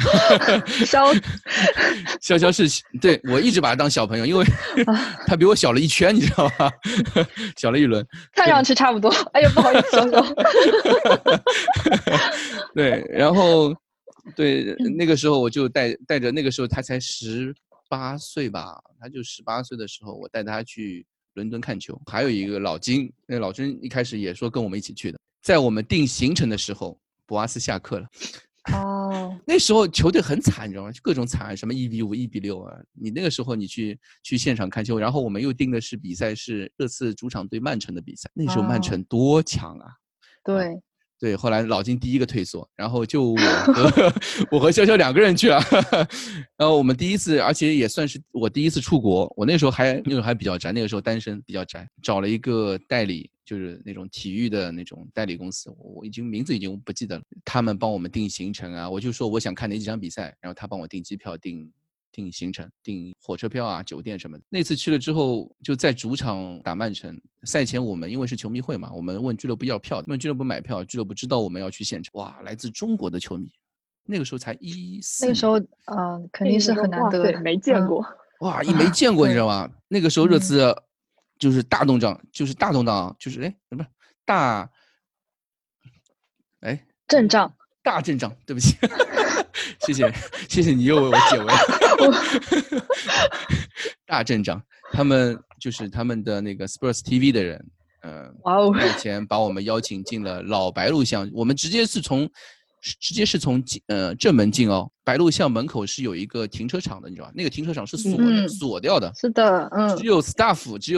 潇潇是对我一直把他当小朋友，因为他比我小了1圈，你知道吗？小了1轮， 看上去差不多。哎呀，不好意思，潇潇。 对，然后对那个时候我就带着，那个时候他才18岁吧，他就18岁的时候，我带他去伦敦看球。还有一个老金，那老金一开始也说跟我们一起去的。在我们定行程的时候，博阿斯下课了。那时候球队很惨，你知道吗？各种惨，什么1-5、1-6啊。你那个时候你去现场看球，然后我们又定的是比赛是热刺主场对曼城的比赛。那时候曼城多强啊！ 对。 对，后来老金第一个退缩，然后就我和潇潇2个人去了。然后我们第一次，而且也算是我第一次出国。我那时候还比较宅，那个时候单身比较宅，找了一个代理，就是那种体育的那种代理公司，我名字已经不记得了。他们帮我们定行程啊，我就说我想看哪几场比赛，然后他帮我订机票、订行程、订火车票啊、酒店什么的。那次去了之后，就在主场打曼城。赛前我们因为是球迷会嘛，我们问俱乐部要票，问俱乐部买票，俱乐部知道我们要去现场。哇，来自中国的球迷，那个时候才14。 那个时候肯定是很难得的， 没见过。 哇，也没见过，你知道吗？那个时候热刺就是大动荡，就是什么大阵仗。 大阵仗，对不起。谢谢你又为我解围。大阵仗，他们的那个 Spurs TV 的人，赛前把我们邀请进了老白鹿巷，我们直接是从正门进哦。白鹿巷门口是有一个停车场的，你知道吧？那个停车场是锁掉的。 是的， 只有 staff，只有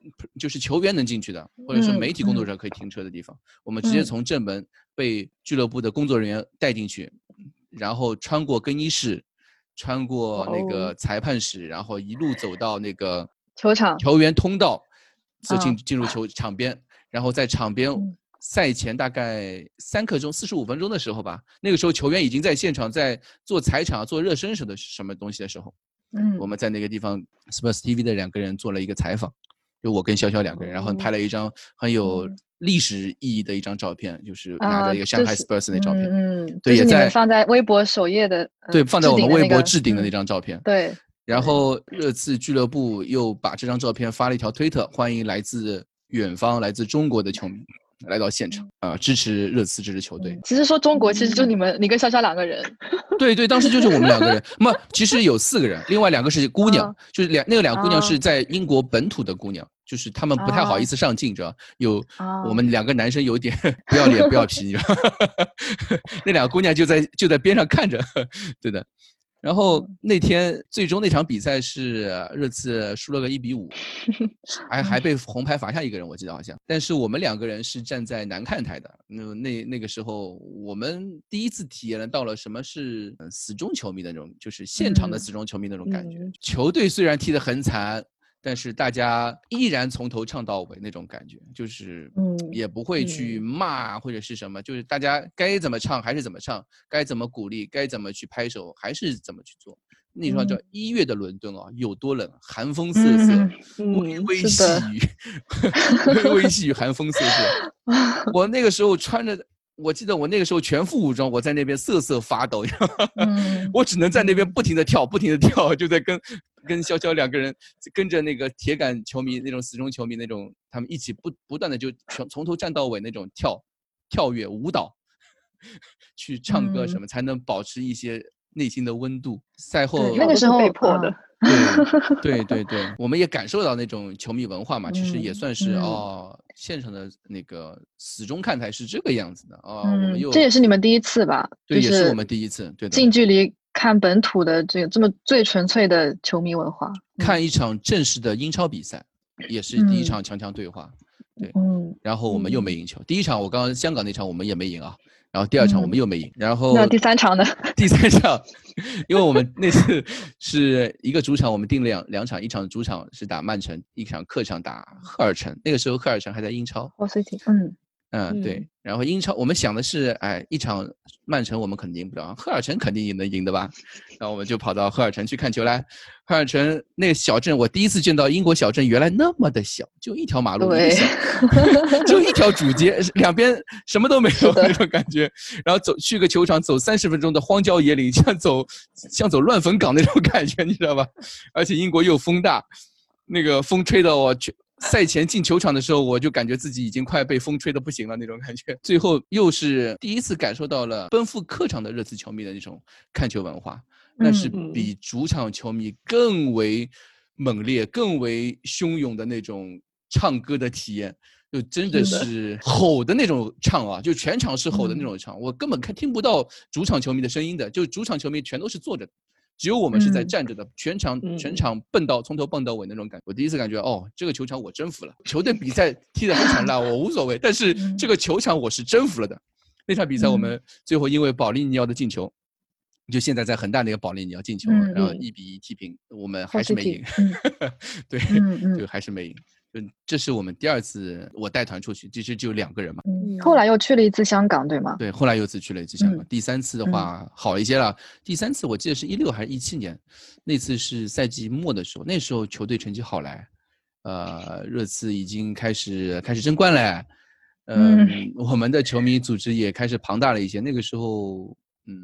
就是球员能进去的，或者说媒体工作者可以停车的地方，我们直接从正门被俱乐部的工作人员带进去，然后穿过更衣室，穿过那个裁判室，然后一路走到那个球场球员通道，进入球场边，然后在场边赛前大概3刻钟45分钟的时候吧，那个时候球员已经在现场在做踩场做热身什么东西的时候，我们在那个地方 Spurs TV 的2个人做了一个采访，就我跟潇潇2个人，然后拍了一张很有历史意义的一张照片，就是拿着一个上海 Spurs 那照片， 对，就是你们放在微博首页的， 对，放在我们微博置顶的那张照片， 对。 然后热刺俱乐部又把这张照片发了一条推特，欢迎来自远方、来自中国的球迷来到现场支持热刺这支球队。 其实说中国，其实就你跟潇潇2个人。 对，当时就是我们2个人。那么其实有4个人，另外2个是姑娘，就是那个2个姑娘是在英国本土的姑娘，就是他们不太好意思上镜，知道？有我们2个男生有点不要脸不要皮，你知道？那2个姑娘就在边上看着，对的。然后那天最终那场比赛是热刺输了个1-5，还被红牌罚下1个人，我记得好像。但是我们2个人是站在南看台的，那个时候我们第一次体验了到了什么是死忠球迷的那种，就是现场的死忠球迷那种感觉。球队虽然踢得很惨，但是大家依然从头唱到尾那种感觉，就是也不会去骂或者是什么，就是大家该怎么唱还是怎么唱，该怎么鼓励该怎么去拍手还是怎么去做。那句话叫1月的伦敦啊，有多冷，寒风瑟瑟，微微细雨，微微细雨，寒风瑟瑟。我那个时候穿着，我记得我那个时候全副武装，我在那边瑟瑟发抖，我只能在那边不停的跳，就在跟潇潇2个人跟着那个铁杆球迷那种死忠球迷那种，他们一起不断的就从头站到尾那种跳跃舞蹈，去唱歌什么，才能保持一些内心的温度。赛后那个时候被迫的。 对，我们也感受到那种球迷文化嘛，其实也算是现场的那个死忠看台是这个样子的我们这也是你们第一次吧？ 对，也是我们第一次，对的， 近距离看本土的这么最纯粹的球迷文化， 看一场正式的英超比赛，也是第一场强对话，对，然后我们又没赢球。第一场我刚刚香港那场我们也没赢啊。然后第2场我们又没赢，然后那第3场呢？ 第3场，因为我们那次是一个主场，我们定了两场，一场主场是打曼城，一场客场打赫尔城。那个时候赫尔城还在英超。对。然后英超我们想的是，一场曼城我们肯定赢不了，赫尔城肯定也能赢的吧？然后我们就跑到赫尔城去看球来。赫尔城那个小镇，我第一次见到英国小镇原来那么的小，就一条马路，就一条主街，两边什么都没有那种感觉。然后去个球场走30分钟的荒郊野岭，像走乱坟岗那种感觉，你知道吧？而且英国又风大，那个风吹的我赛前进球场的时候，我就感觉自己已经快被风吹得不行了那种感觉。最后又是第一次感受到了奔赴客场的热刺球迷的那种看球文化，那是比主场球迷更为猛烈、更为汹涌的那种唱歌的体验。就真的是吼的那种唱啊，就全场是吼的那种唱，我根本听不到主场球迷的声音的，就主场球迷全都是坐着的。只有我们是在站着的，全场从头蹦到尾那种感觉。我第一次感觉，这个球场我征服了。球队比赛踢得很惨烂，我无所谓，但是这个球场我是征服了的。那场比赛我们最后因为保利尼奥的进球，就现在在恒大那个保利尼奥进球，然后1-1踢平，我们还是没赢。对，就还是没赢。这是我们第2次我带团出去，其实就2个人嘛。 后来又去了一次香港，对吗？ 对，后来又去了一次香港。第3次的话好一些了。第3次我记得是16还是17年，那次是赛季末的时候，那时候球队成绩好来，热刺已经开始争冠了，我们的球迷组织也开始庞大了一些。那个时候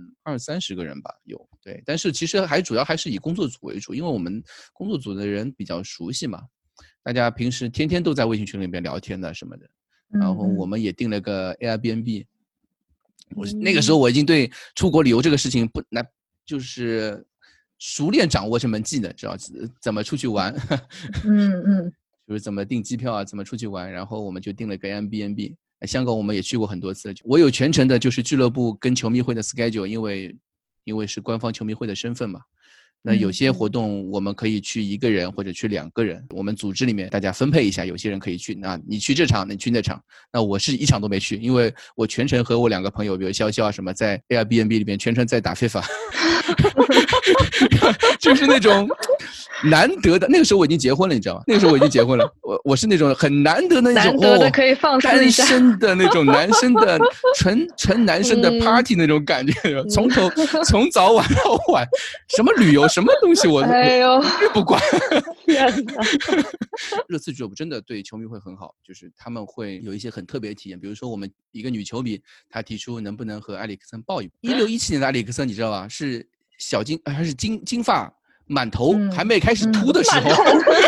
20-30个人吧有，对，但是其实主要还是以工作组为主，因为我们工作组的人比较熟悉嘛。大家平时天天都在微信群里面聊天的什么的，然后我们也订了个 Airbnb。那个时候我已经对出国旅游这个事情就是熟练掌握这门技能，知道怎么出去玩，就是怎么订机票啊，怎么出去玩。然后我们就订了个 Airbnb。香港我们也去过很多次，我有全程的就是俱乐部跟球迷会的 schedule，因为是官方球迷会的身份嘛。 那有些活动我们可以去1个人或者去2个人，我们组织里面大家分配一下，有些人可以去，那你去这场，你去那场。那我是1场都没去，因为我全程和我2个朋友，比如潇潇啊什么，在 Airbnb 里面全程在打 FIFA， 就是那种难得的。那个时候我已经结婚了，你知道吗？那个时候我已经结婚了，我是那种很难得的那种， 难得的可以放松一下， 单身的那种男生的纯男生的 party 那种感觉，从早玩到晚，什么旅游什么东西我不管。热刺俱乐部真的对球迷会很好，就是他们会有一些很特别的体验，比如说我们一个女球迷，她提出能不能和埃里克森抱一抱。16、17年的埃里克森你知道吧？是小金还是金发？满头还没开始秃的时候，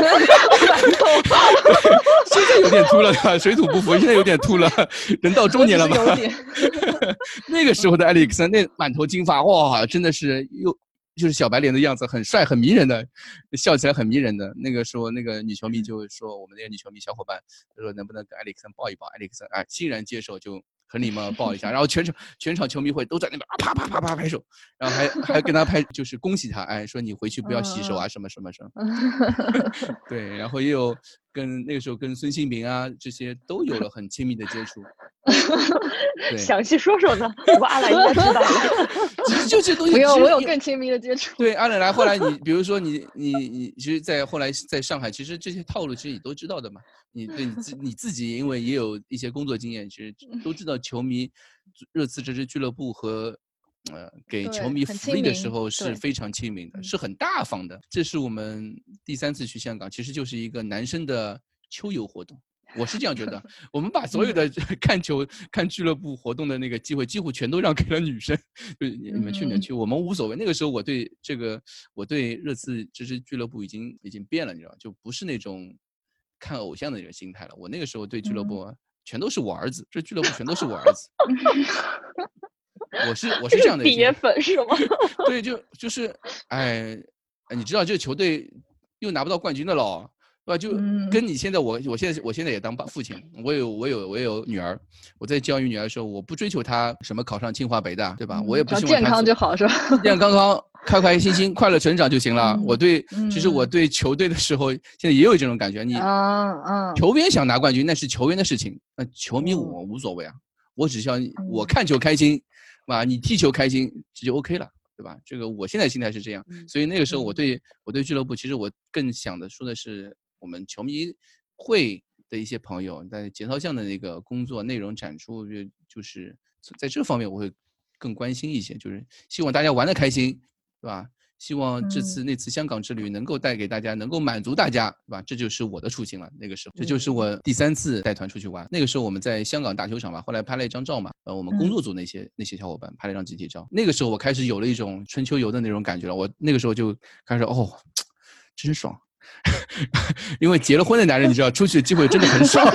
现在有点秃了，水土不服，现在有点秃了，人到中年了嘛。那个时候的埃里克森，那满头金发，哇，真的是就是小白脸的样子，很帅很迷人的，笑起来很迷人的。那个时候那个女球迷就说，我们那个女球迷小伙伴说能不能跟埃里克森抱一抱，埃里克森欣然接受，就很礼貌抱一下，然后全场球迷会都在那边啪啪啪啪拍手，然后还跟他拍，就是恭喜他，说你回去不要洗手啊，什么什么什么。对，然后也有那个时候跟孙兴民啊这些都有了很亲密的接触。 详细说说呢？我阿兰应该知道了。 其实就这东西， 我有更亲密的接触。 对，阿兰来后来你比如说你其实后来在上海，其实这些套路其实你都知道的嘛。你自己因为也有一些工作经验，其实都知道球迷热刺这支俱乐部和给球迷福利的时候是非常亲民的，是很大方的。这是我们第3次去香港，其实就是一个男生的秋游活动。我是这样觉得，我们把所有的看俱乐部活动的那个机会几乎全都让给了女生，你们去，我们无所谓。那个时候我对热刺这支俱乐部已经变了，你知道，就不是那种看偶像的那种心态了。我那个时候对俱乐部全都是我儿子，这俱乐部全都是我儿子。我是这样的铁粉是吗？ 对，就是你知道这个球队又拿不到冠军的了。对吧？就跟你现在我现在也当父亲，我有女儿，我在教育女儿的时候，我不追求她什么考上清华北大，对吧？我也不希望她健康就好，是吧？ 健健康康、开开心心、快乐成长就行了。其实我对球队的时候，现在也有这种感觉。你球员想拿冠军那是球员的事情，那球迷我无所谓啊，我只需要我看球开心，吧？你踢球开心这就 OK 了。对吧？这个我现在心态是这样，所以那个时候我对俱乐部，其实我更想的说的是我们球迷会的一些朋友在节操项的那个工作内容展出，就是在这方面我会更关心一些，就是希望大家玩得开心，对吧？希望那次香港之旅能够带给大家，能够满足大家，对吧？这就是我的初心了。那个时候，这就是我第3次带团出去玩。那个时候我们在香港大球场嘛，后来拍了一张照嘛，我们工作组那些小伙伴拍了一张集体照。那个时候我开始有了一种春秋游的那种感觉了。我那个时候就开始真爽。因为结了婚的男人，你知道，出去的机会真的很少，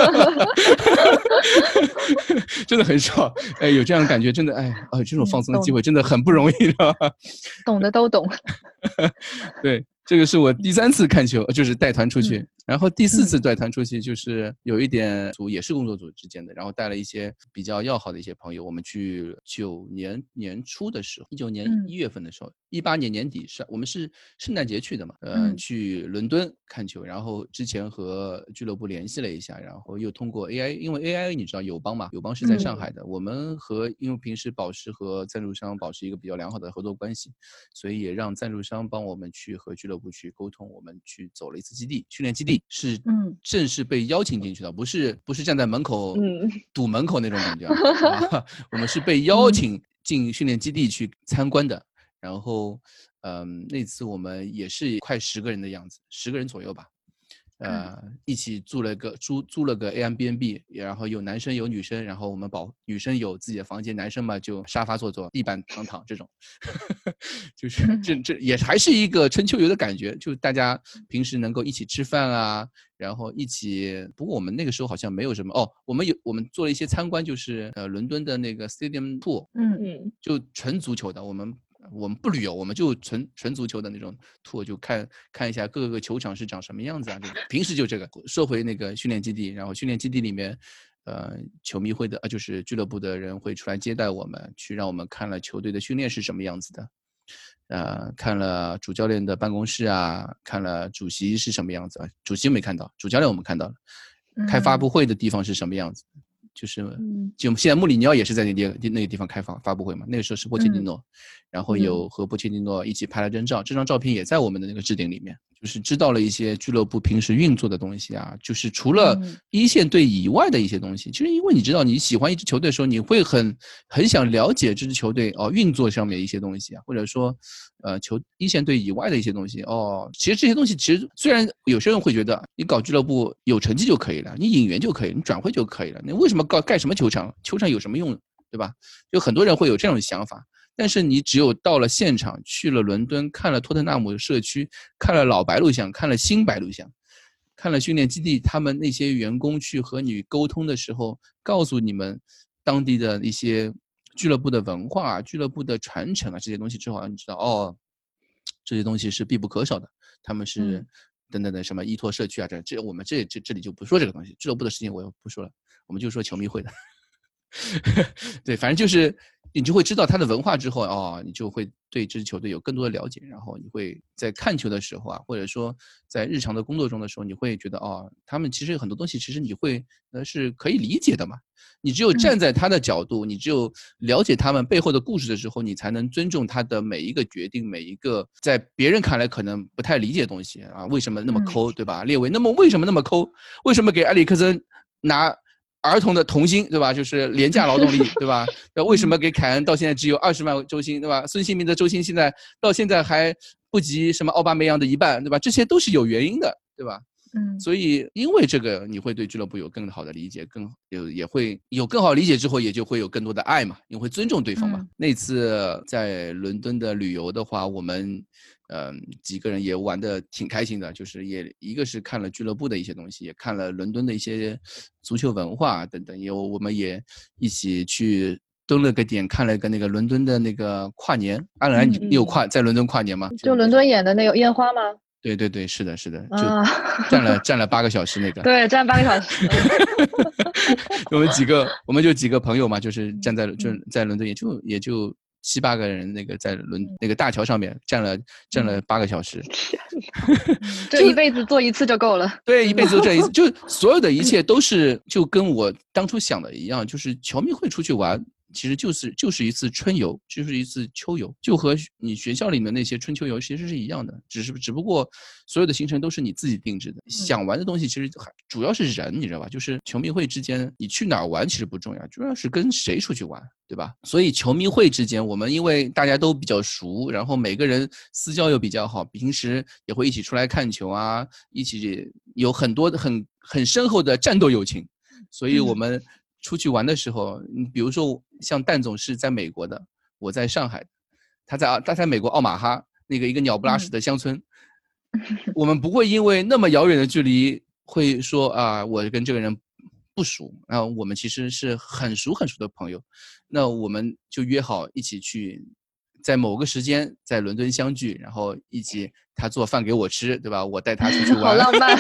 真的很少。有这样的感觉，真的，这种放松的机会真的很不容易，知道吧？ 懂的都懂。 对，这个是我第3次看球，就是带团出去。然后第4次带团出去，就是有一点也是工作组之间的，然后带了一些比较要好的一些朋友，我们去19年年初的时候，19年1月份的时候，18年年底我们是圣诞节去的嘛，去伦敦看球，然后之前和俱乐部联系了一下，然后又通过 AI， 因为 AI 你知道友邦嘛，友邦是在上海的，我们因为平时保持和赞助商保持一个比较良好的合作关系，所以也让赞助商帮我们去和俱乐部去沟通，我们去走了一次训练基地。是正式被邀请进去的，不是站在门口堵门口那种感觉我们是被邀请进训练基地去参观的。然后那次我们也是快10个人的样子，10个人左右吧。一起租了个 Airbnb， 然后有男生有女生，然后我们女生有自己的房间，男生嘛就沙发坐，地板躺这种，就是这也还是一个春秋游的感觉，就大家平时能够一起吃饭啊，然后一起。不过我们那个时候好像没有什么我们做了一些参观，就是伦敦的那个 Stadium Tour， 就纯足球的，我们不旅游，我们就纯足球的那种 tour， 就看一下各个球场是长什么样子啊。平时就这个。说回那个训练基地，然后训练基地里面，球迷会的就是俱乐部的人会出来接待我们，去让我们看了球队的训练是什么样子的。 看了主教练的办公室啊，看了主席是什么样子啊，主席没看到，主教练我们看到了，开发布会的地方是什么样子，就现在穆里尼奥也是在那个地方开发布会嘛，那个时候是波切蒂诺，然后有和波切蒂诺一起拍了张照，这张照片也在我们的那个置顶里面，就是知道了一些俱乐部平时运作的东西啊，就是除了一线队以外的一些东西，其实因为你知道你喜欢一支球队的时候，你会很想了解这支球队运作上面一些东西啊，或者说一线队以外的一些东西其实这些东西其实虽然有些人会觉得你搞俱乐部有成绩就可以了，你引援就可以，你转会就可以了，你为什么盖什么球场？球场有什么用，对吧？就很多人会有这种想法，但是你只有到了现场，去了伦敦，看了托特纳姆的社区，看了老白鹿巷，看了新白鹿巷，看了训练基地，他们那些员工去和你沟通的时候，告诉你们当地的一些俱乐部的文化、俱乐部的传承啊，这些东西之后，你知道这些东西是必不可少的。他们是等等的什么依托社区啊，这我们这里就不说这个东西，俱乐部的事情我也不说了，我们就说球迷会的。对，反正就是你就会知道他的文化之后你就会对这支球队有更多的了解，然后你会在看球的时候或者说在日常的工作中的时候，你会觉得他们其实有很多东西，其实你会是可以理解的嘛。你只有站在他的角度，你只有了解他们背后的故事的时候，你才能尊重他的每一个决定，每一个在别人看来可能不太理解的东西为什么那么抠，对吧？列维那么为什么那么抠？为什么给埃里克森拿儿童的童薪，对吧？就是廉价劳动力，对吧？为什么给凯恩到现在只有20万周薪，对吧？孙兴民的周薪到现在还不及什么奥巴梅扬的一半，对吧？这些都是有原因的，对吧？所以因为这个，你会对俱乐部有更好的理解，也会有更好的理解之后，也就会有更多的爱嘛，你会尊重对方嘛。那次在伦敦的旅游的话，我们几个人也玩得挺开心的，就是一个是看了俱乐部的一些东西，也看了伦敦的一些足球文化等等，我们也一起去蹲了个点，看了个那个伦敦的那个跨年。安然，你有在伦敦跨年吗？ 就伦敦演的那个烟花吗？ 对对对，是的，是的，就站了8个小时那个。 对，站8个小时。 我们就几个朋友嘛，就是在伦敦也就7、8个人，那个在那个大桥上面站了8个小时。 这一辈子做一次就够了。 对，一辈子就这一次，就所有的一切都是就跟我当初想的一样，就是球迷会出去玩。其实就是一次春游，就是一次秋游，就和你学校里面那些春秋游其实是一样的，只不过所有的行程都是你自己定制的。想玩的东西其实主要是人，你知道吧？就是球迷会之间，你去哪儿玩其实不重要，主要是跟谁出去玩，对吧？所以球迷会之间，我们因为大家都比较熟，然后每个人私交又比较好，平时也会一起出来看球啊，一起有很多的很深厚的战斗友情，所以我们出去玩的时候，比如说像蛋总是在美国的，我在上海，他在美国奥马哈那个一个鸟不拉屎的乡村，我们不会因为那么遥远的距离会说我跟这个人不熟，然后我们其实是很熟的朋友，那我们就约好一起去，在某个时间在伦敦相聚，然后一起他做饭给我吃，对吧？我带他出去玩， 好浪漫。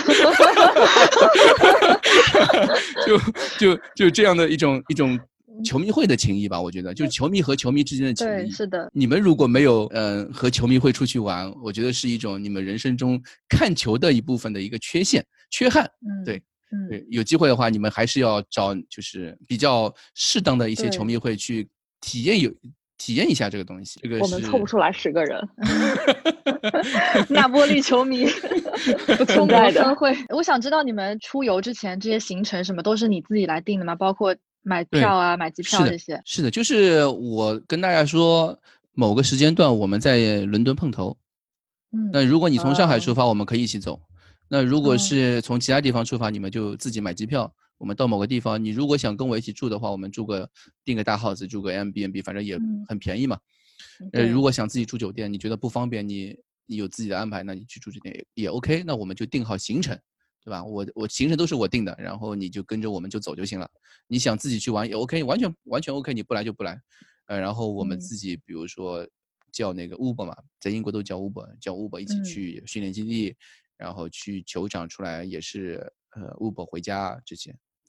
就这样的一种球迷会的情谊吧，我觉得就是球迷和球迷之间的情谊。 对，是的。 你们如果没有和球迷会出去玩，我觉得是一种你们人生中看球的一部分的一个缺憾。对，有机会的话，你们还是要找就是比较适当的一些球迷会去体验一下这个东西。这个我们凑不出来10个人。那波利球迷不存在的会。我想知道你们出游之前这些行程什么都是你自己来定的吗？包括买票啊、买机票这些？ 是的，就是我跟大家说，某个时间段我们在伦敦碰头。那如果你从上海出发，我们可以一起走。那如果是从其他地方出发，你们就自己买机票。我们到某个地方，你如果想跟我一起住的话，我们订个大 house， 住个 Airbnb， 反正也很便宜嘛。如果想自己住酒店，你觉得不方便，你有自己的安排，那你去住酒店也 OK。那我们就定好行程，对吧？我行程都是我定的，然后你就跟着我们就走就行了。你想自己去玩也 OK， 完全 OK， 你不来就不来。然后我们自己比如说叫那个 Uber 嘛，在英国都叫 Uber 一起去训练基地，然后去球场出来也是Uber 回家这些。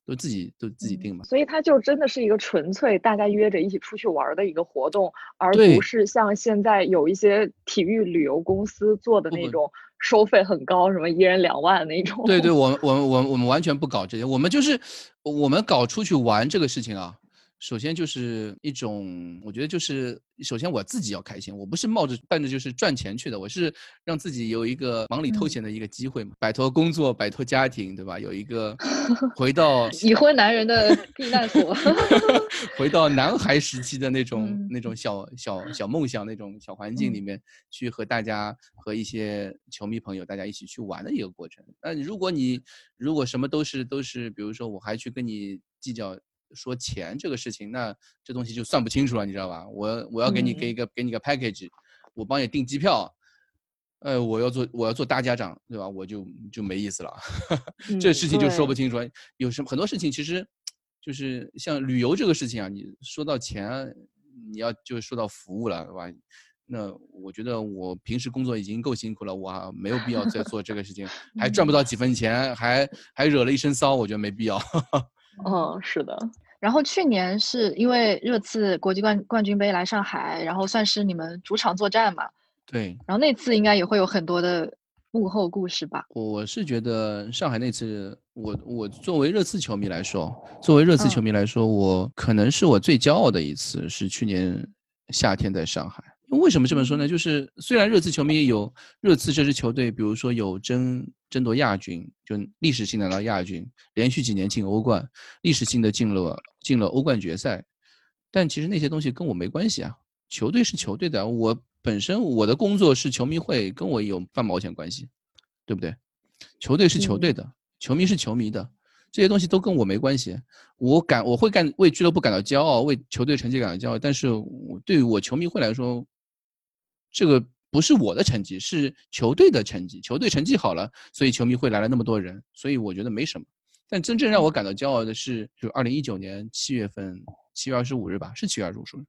都自己定嘛。 所以它就真的是一个纯粹大家约着一起出去玩的一个活动，而不是像现在有一些体育旅游公司做的那种收费很高，什么1人2万那种。 对，我们完全不搞这些，我们搞出去玩这个事情啊。首先就是一种，我觉得就是首先我自己要开心，我不是伴着就是赚钱去的，我是让自己有一个忙里偷闲的一个机会嘛，摆脱工作，摆脱家庭，对吧？有一个回到已婚男人的避难所， 回到男孩时期的那种小梦想，那种小环境里面去和大家和一些球迷朋友大家一起去玩的一个过程。那如果什么都是，比如说我还去跟你计较说钱这个事情，那这东西就算不清楚了，你知道吧？我要给你个 package， 我帮你订机票，我要做大家长，对吧？我就没意思了，这事情就说不清楚。有很多事情其实就是像旅游这个事情啊，你说到钱，你要就说到服务了，对吧？那我觉得我平时工作已经够辛苦了，我没有必要再做这个事情，还赚不到几分钱，还惹了一身骚，我觉得没必要。 是的。 然后去年是因为热刺国际冠军杯来上海，然后算是你们主场作战嘛。 对。 然后那次应该也会有很多的幕后故事吧？ 我是觉得上海那次，我作为热刺球迷来说，我可能是我最骄傲的一次是去年夏天在上海。为什么这么说呢？就是虽然热刺球迷有热刺这支球队，比如说有争夺亚军，就历史性拿到亚军，连续几年进欧冠，历史性的进了欧冠决赛，但其实那些东西跟我没关系啊。球队是球队的，我本身我的工作是球迷会，跟我有半毛钱关系，对不对？球队是球队的，球迷是球迷的，这些东西都跟我没关系。我会为俱乐部感到骄傲，为球队成绩感到骄傲，但是对于我球迷会来说，这个不是我的成绩，是球队的成绩。球队成绩好了，所以球迷会来了那么多人，所以我觉得没什么。但真正让我感到骄傲的是，就2019年7月份，7月25日吧，是7月25日。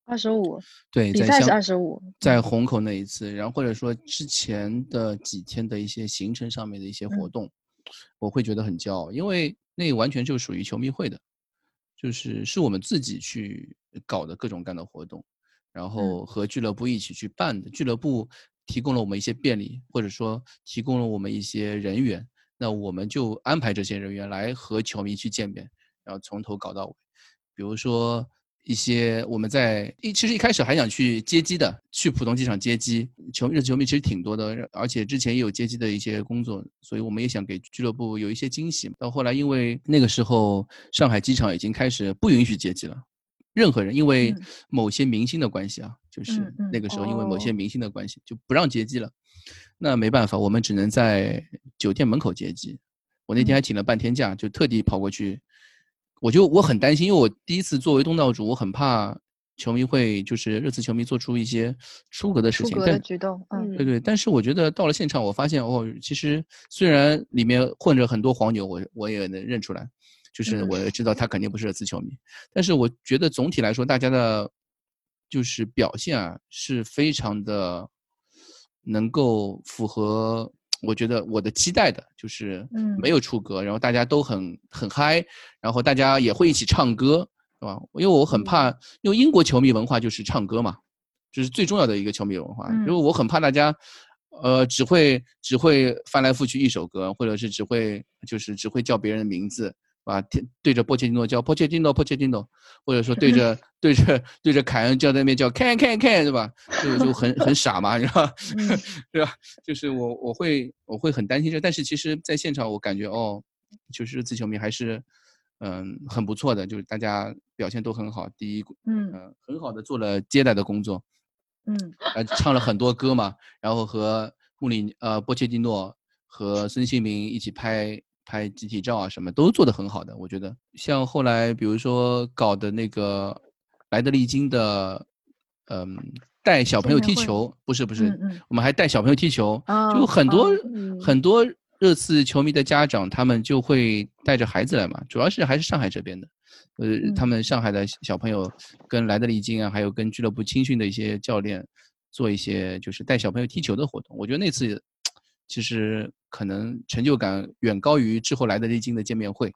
25， 对， 比赛是25， 在虹口那一次，然后或者说之前的几天的一些行程上面的一些活动，我会觉得很骄傲，因为那完全就属于球迷会的，是我们自己去搞的各种各样的活动，然后和俱乐部一起去办的，俱乐部提供了我们一些便利，或者说提供了我们一些人员，那我们就安排这些人员来和球迷去见面，然后从头搞到尾，比如说。一些我们其实一开始还想去接机的，去浦东机场接机，热刺球迷其实挺多的，而且之前也有接机的一些工作，所以我们也想给俱乐部有一些惊喜。到后来，因为那个时候上海机场已经开始不允许接机了，任何人因为某些明星的关系啊，就是那个时候因为某些明星的关系就不让接机了，那没办法，我们只能在酒店门口接机。我那天还请了半天假，就特地跑过去。我很担心，因为我第一次作为东道主，我很怕球迷会就是热刺球迷做出一些出格的事情， 出格的举动， 对。但是我觉得到了现场，我发现其实虽然里面混着很多黄牛，我也能认出来，就是我知道他肯定不是热刺球迷，但是我觉得总体来说，大家的就是表现啊是非常的能够符合。我觉得我的期待的就是没有出格，然后大家都很嗨，然后大家也会一起唱歌，是吧？因为我很怕，因为英国球迷文化就是唱歌嘛，这是最重要的一个球迷文化。因为我很怕大家，只会翻来覆去一首歌，或者是只会叫别人的名字。啊，对着波切蒂诺叫波切蒂诺，或者说对着凯恩叫那边叫看，对吧？就很傻嘛，你知道吧？对吧？就是我会很担心这，但是其实在现场我感觉就是热刺球迷还是很不错的，就是大家表现都很好。第一，很好的做了接待的工作，唱了很多歌嘛，然后和波切蒂诺和孙兴民一起拍集体照啊，什么都做得很好的，我觉得。像后来比如说搞的那个莱德利金的，带小朋友踢球，不是，我们还带小朋友踢球，就很多热刺球迷的家长，他们就会带着孩子来嘛，主要是还是上海这边的，他们上海的小朋友跟莱德利金啊，还有跟俱乐部青训的一些教练做一些就是带小朋友踢球的活动，我觉得那次。其实可能成就感远高于之后莱德利金的见面会，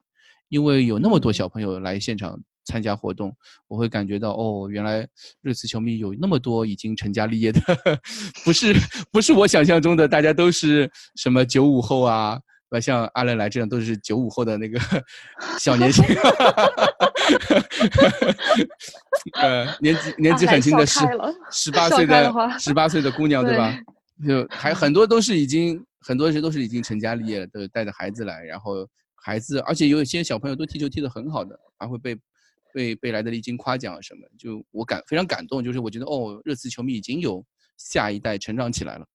因为有那么多小朋友来现场参加活动，我会感觉到原来热刺球迷有那么多已经成家立业的，不是我想象中的大家都是什么95后啊，像阿伦来这样都是95后的那个小年轻，年纪很轻的18岁的姑娘，对吧？就还很多都是已经成家立业了，都带着孩子来，然后孩子，而且有一些小朋友都踢球踢得很好的，还会被莱德利金夸奖什么，就我非常感动，就是我觉得热刺球迷已经有下一代成长起来了，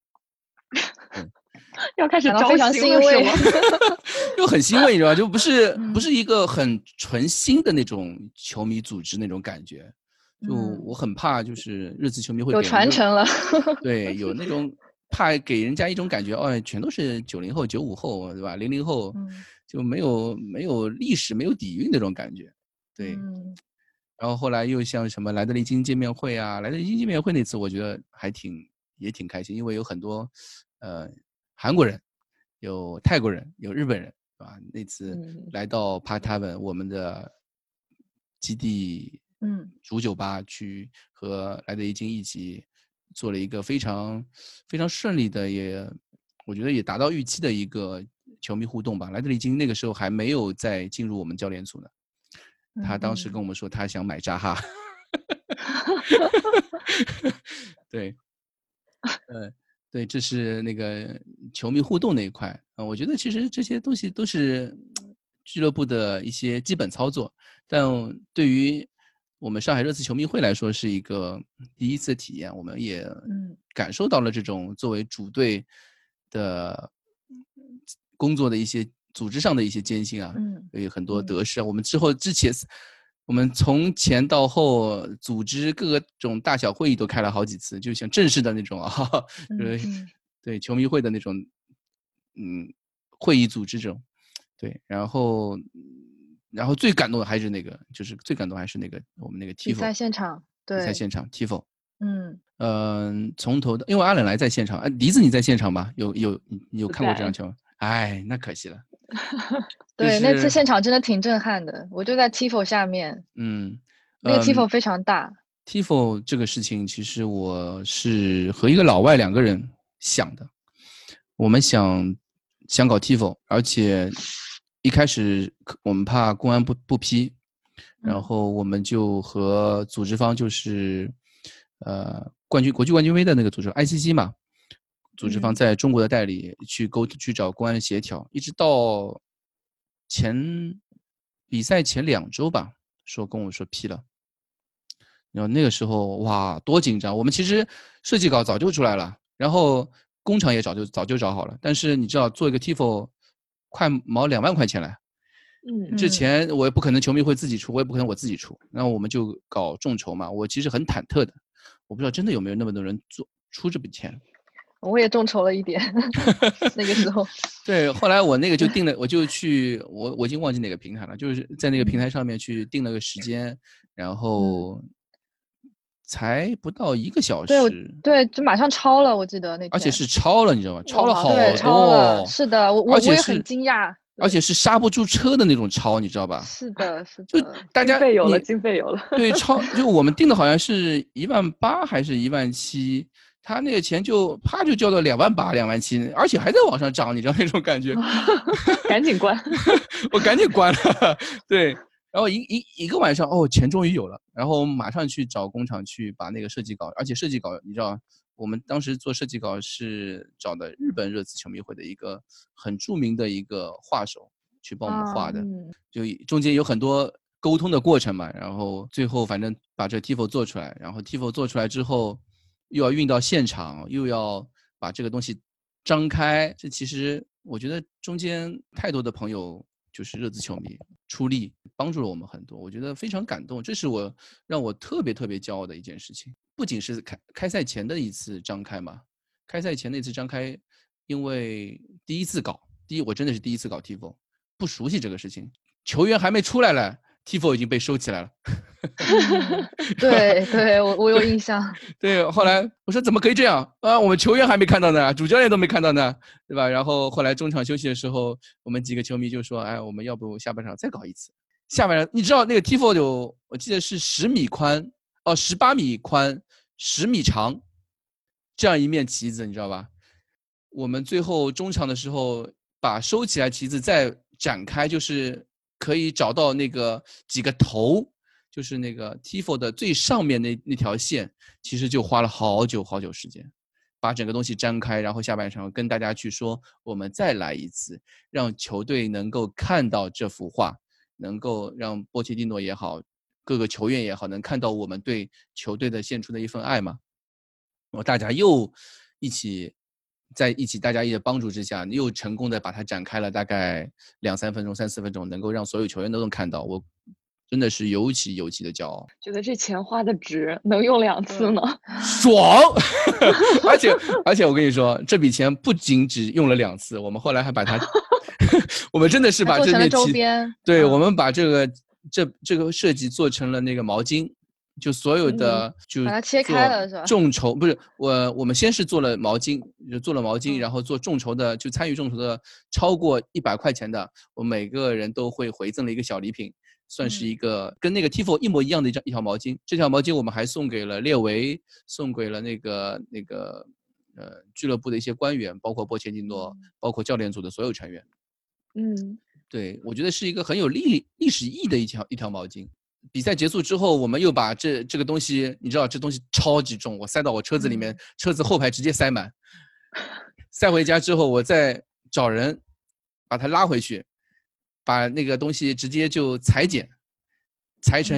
要开始招新了是吗？ 就很欣慰，你知道吧？就不是一个很纯新的那种球迷组织那种感觉，就我很怕就是热刺球迷会有传承了， 对，有那种怕给人家一种感觉，全都是90后、95后，对吧？00后就没有历史、没有底蕴那种感觉，对。然后后来又像什么莱德利金见面会啊，莱德利金见面会那次我觉得也挺开心，因为有很多韩国人、有泰国人、有日本人，对吧？那次来到帕塔文我们的基地主酒吧去和莱德利金一起做了一个非常非常顺利的，我觉得也达到预期的一个球迷互动吧。莱德利金那个时候还没有再进入我们教练组呢，他当时跟我们说他想买扎哈，对，对，这是那个球迷互动那一块我觉得其实这些东西都是俱乐部的一些基本操作，但对于我们上海热刺球迷会来说是一个第一次体验，我们也感受到了这种作为主队的工作的一些组织上的一些艰辛啊，有很多得失啊。我们我们从前到后组织各种大小会议都开了好几次，就像正式的那种对球迷会的那种会议组织这种，对，然后最感动的还是那个，我们那个 Tifo 比赛现场，对， 比赛现场 Tifo，从头的，因为阿冷来在现场，笛子你在现场吧？你有看过这场球吗？哎，那可惜了。 对，那次现场真的挺震撼的，我就在 Tifo 下面，那个 Tifo 非常大。 Tifo 这个事情，其实我是和一个老外2个人想的，我们想搞 Tifo， 而且一开始我们怕公安不批，然后我们就和组织方就是国际冠军杯的那个组织 ICC 嘛，组织方在中国的代理去找公安协调，一直到比赛前2周吧，跟我说批了。然后那个时候哇，多紧张！我们其实设计稿早就出来了，然后工厂也早就找好了，但是你知道做一个 Tifo 快毛2万块钱来，之前我也不可能球迷会自己出，我也不可能我自己出，然后我们就搞众筹嘛。我其实很忐忑的，我不知道真的有没有那么多人出这笔钱。 我也众筹了一点，那个时候。 对，后来我那个就定了，我就去我已经忘记哪个平台了，就是在那个平台上面去定了个时间，然后才不到1个小时， 对，就马上超了，我记得那天。 而且是超了，你知道吗？超了好多。 对，超了，是的，我也很惊讶。 而且是刹不住车的那种超，你知道吧？ 是的，是的。 就大家经费有了。 对，就我们定的好像是18000还是17000。他那个钱就啪就交到28000、27000，而且还在往上涨，你知道那种感觉。 赶紧关， 我赶紧关了。对，然后一个晚上，钱终于有了，然后马上去找工厂去把那个设计稿，而且设计稿你知道，我们当时做设计稿是找的日本热刺球迷会的一个很著名的一个画手去帮我们画的，就中间有很多沟通的过程嘛，然后最后反正把这 Tifo 做出来，然后 Tifo 做出来之后。又要运到现场，又要把这个东西张开，这其实我觉得中间太多的朋友就是热刺球迷出力帮助了我们很多，我觉得非常感动，这是让我特别特别骄傲的一件事情。不仅是开赛前的一次张开嘛，开赛前那次张开，因为我真的是第一次搞 Tifo， 不熟悉这个事情，球员还没出来了， Tifo 已经被收起来了。 对对，我有印象。 对，后来我说怎么可以这样啊？我们球员还没看到呢，主教练都没看到呢，对吧？然后后来中场休息的时候，我们几个球迷就说：“哎，我们要不下半场再搞一次？”下半场你知道那个 Tifo 有，我记得是10米宽哦，18米宽，10米长，这样一面旗子，你知道吧？我们最后中场的时候把收起来旗子再展开，就是可以找到那个几个头。就是那个 Tifo 的最上面那条线，其实就花了好久时间，把整个东西展开，然后下半场跟大家去说，我们再来一次，让球队能够看到这幅画，能够让波切蒂诺也好，各个球员也好，能看到我们对球队的献出的一份爱嘛。大家又在一起，大家的帮助之下，又成功的把它展开了大概2-3分钟、3-4分钟，能够让所有球员都能看到。我真的是尤其的骄傲， 觉得这钱花的值，能用2次呢， 爽！而且我跟你说，这笔钱不仅只用了2次，我们后来还把它，我们真的是把这面周边， 对，我们把这个设计做成了那个毛巾，就所有的就把它切开了是吧？ 众筹不是我们先是做了毛巾，然后做众筹的，就参与众筹的超过100块钱的，我每个人都会回赠了一个小礼品。算是一个跟那个 Tifo 一模一样的一条毛巾，这条毛巾我们还送给了列维，送给了那个俱乐部的一些官员，包括波切蒂诺，包括教练组的所有成员。对，我觉得是一个很有历史意义的一条毛巾。比赛结束之后，我们又把这个东西，你知道这东西超级重，我塞到我车子里面，车子后排直接塞满。塞回家之后，我再找人把它拉回去。把那个东西直接就裁成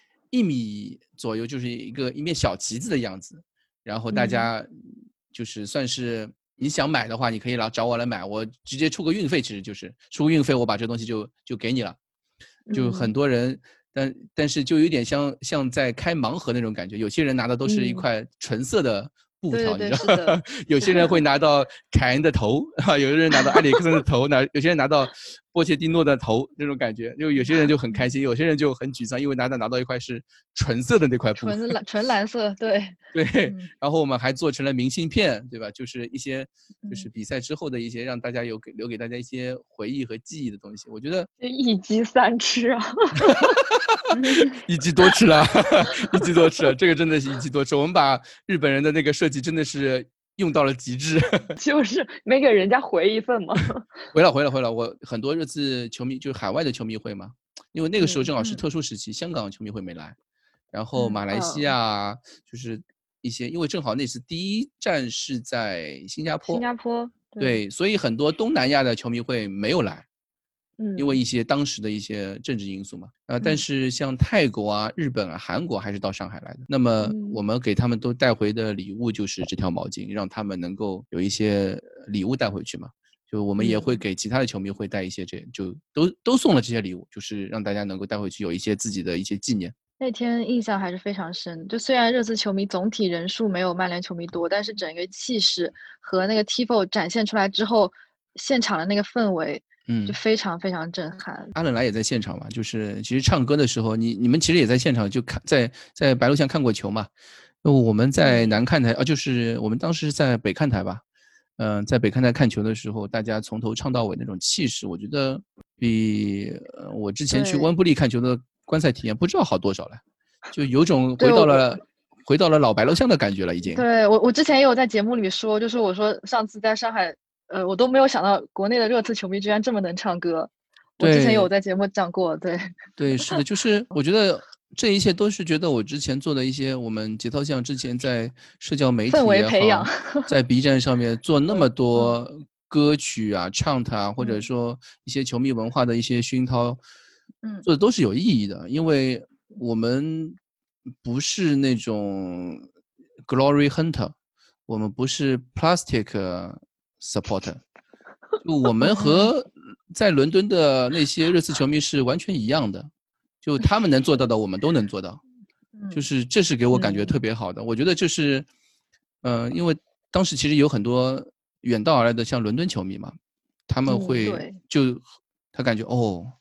1米左右，就是一面小旗子的样子。然后大家就是算是你想买的话，你可以找我来买，我直接出个运费，其实就是出个运费，我把这东西就给你了。就很多人，但是就有点像在开盲盒那种感觉，有些人拿的都是一块纯色的布条，你知道吗？有些人会拿到凯恩的头啊，有些人拿到埃里克森的头，有些人拿到波切蒂诺的头，那种感觉，就有些人就很开心，有些人就很沮丧，因为拿到一块是纯色的那块布， 纯蓝色，对。 然后我们还做成了明信片，对吧？就是一些就是比赛之后的一些让大家留给大家一些回忆和记忆的东西。我觉得一鸡3吃啊。 一鸡多吃了，一鸡多吃了，这个真的是一鸡多吃。我们把日本人的那个设计真的是用到了极致， 就是没给人家回一份吗？ 回了。我很多热刺球迷，就是海外的球迷会嘛，因为那个时候正好是特殊时期，香港球迷会没来，然后马来西亚就是一些，因为正好那次第一站是在新加坡，对，所以很多东南亚的球迷会没有来。因为一些当时的一些政治因素嘛，但是像泰国啊、日本啊、韩国还是到上海来的。那么我们给他们都带回的礼物就是这条毛巾，让他们能够有一些礼物带回去嘛。就我们也会给其他的球迷会带一些就都送了这些礼物，就是让大家能够带回去有一些自己的一些纪念。 那天印象还是非常深，就虽然热刺球迷总体人数没有曼联球迷多，但是整个气势和那个 Tifo 展现出来之后，现场的那个氛围。就非常非常震撼。 阿冷来也在现场嘛，就是其实唱歌的时候，你们其实也在现场，就看在白鹿巷看过球嘛。我们在南看台就是我们当时是在北看台吧，在北看台看球的时候，大家从头唱到尾那种气势，我觉得比我之前去温布利看球的观赛体验不知道好多少了，就有种回到了老白鹿巷的感觉了，已经。 对，我之前也有在节目里说，就是我说上次在上海。我都没有想到国内的热刺球迷居然这么能唱歌。我之前有在节目讲过， 对，是的，就是我觉得这一切都是觉得我之前做的一些，我们节操巷之前在社交媒体氛围培养， 在 B 站上面做那么多歌曲啊、唱它，或者说一些球迷文化的一些熏陶，做的都是有意义的，因为我们不是那种 glory hunter， 我们不是 plastic supporter， 就我们和在伦敦的那些热刺球迷是完全一样的，就他们能做到的我们都能做到，就是这是给我感觉特别好的。我觉得这是因为当时其实有很多远道而来的像伦敦球迷嘛，他们会他感觉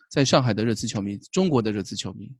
在上海的热刺球迷，中国的热刺球迷，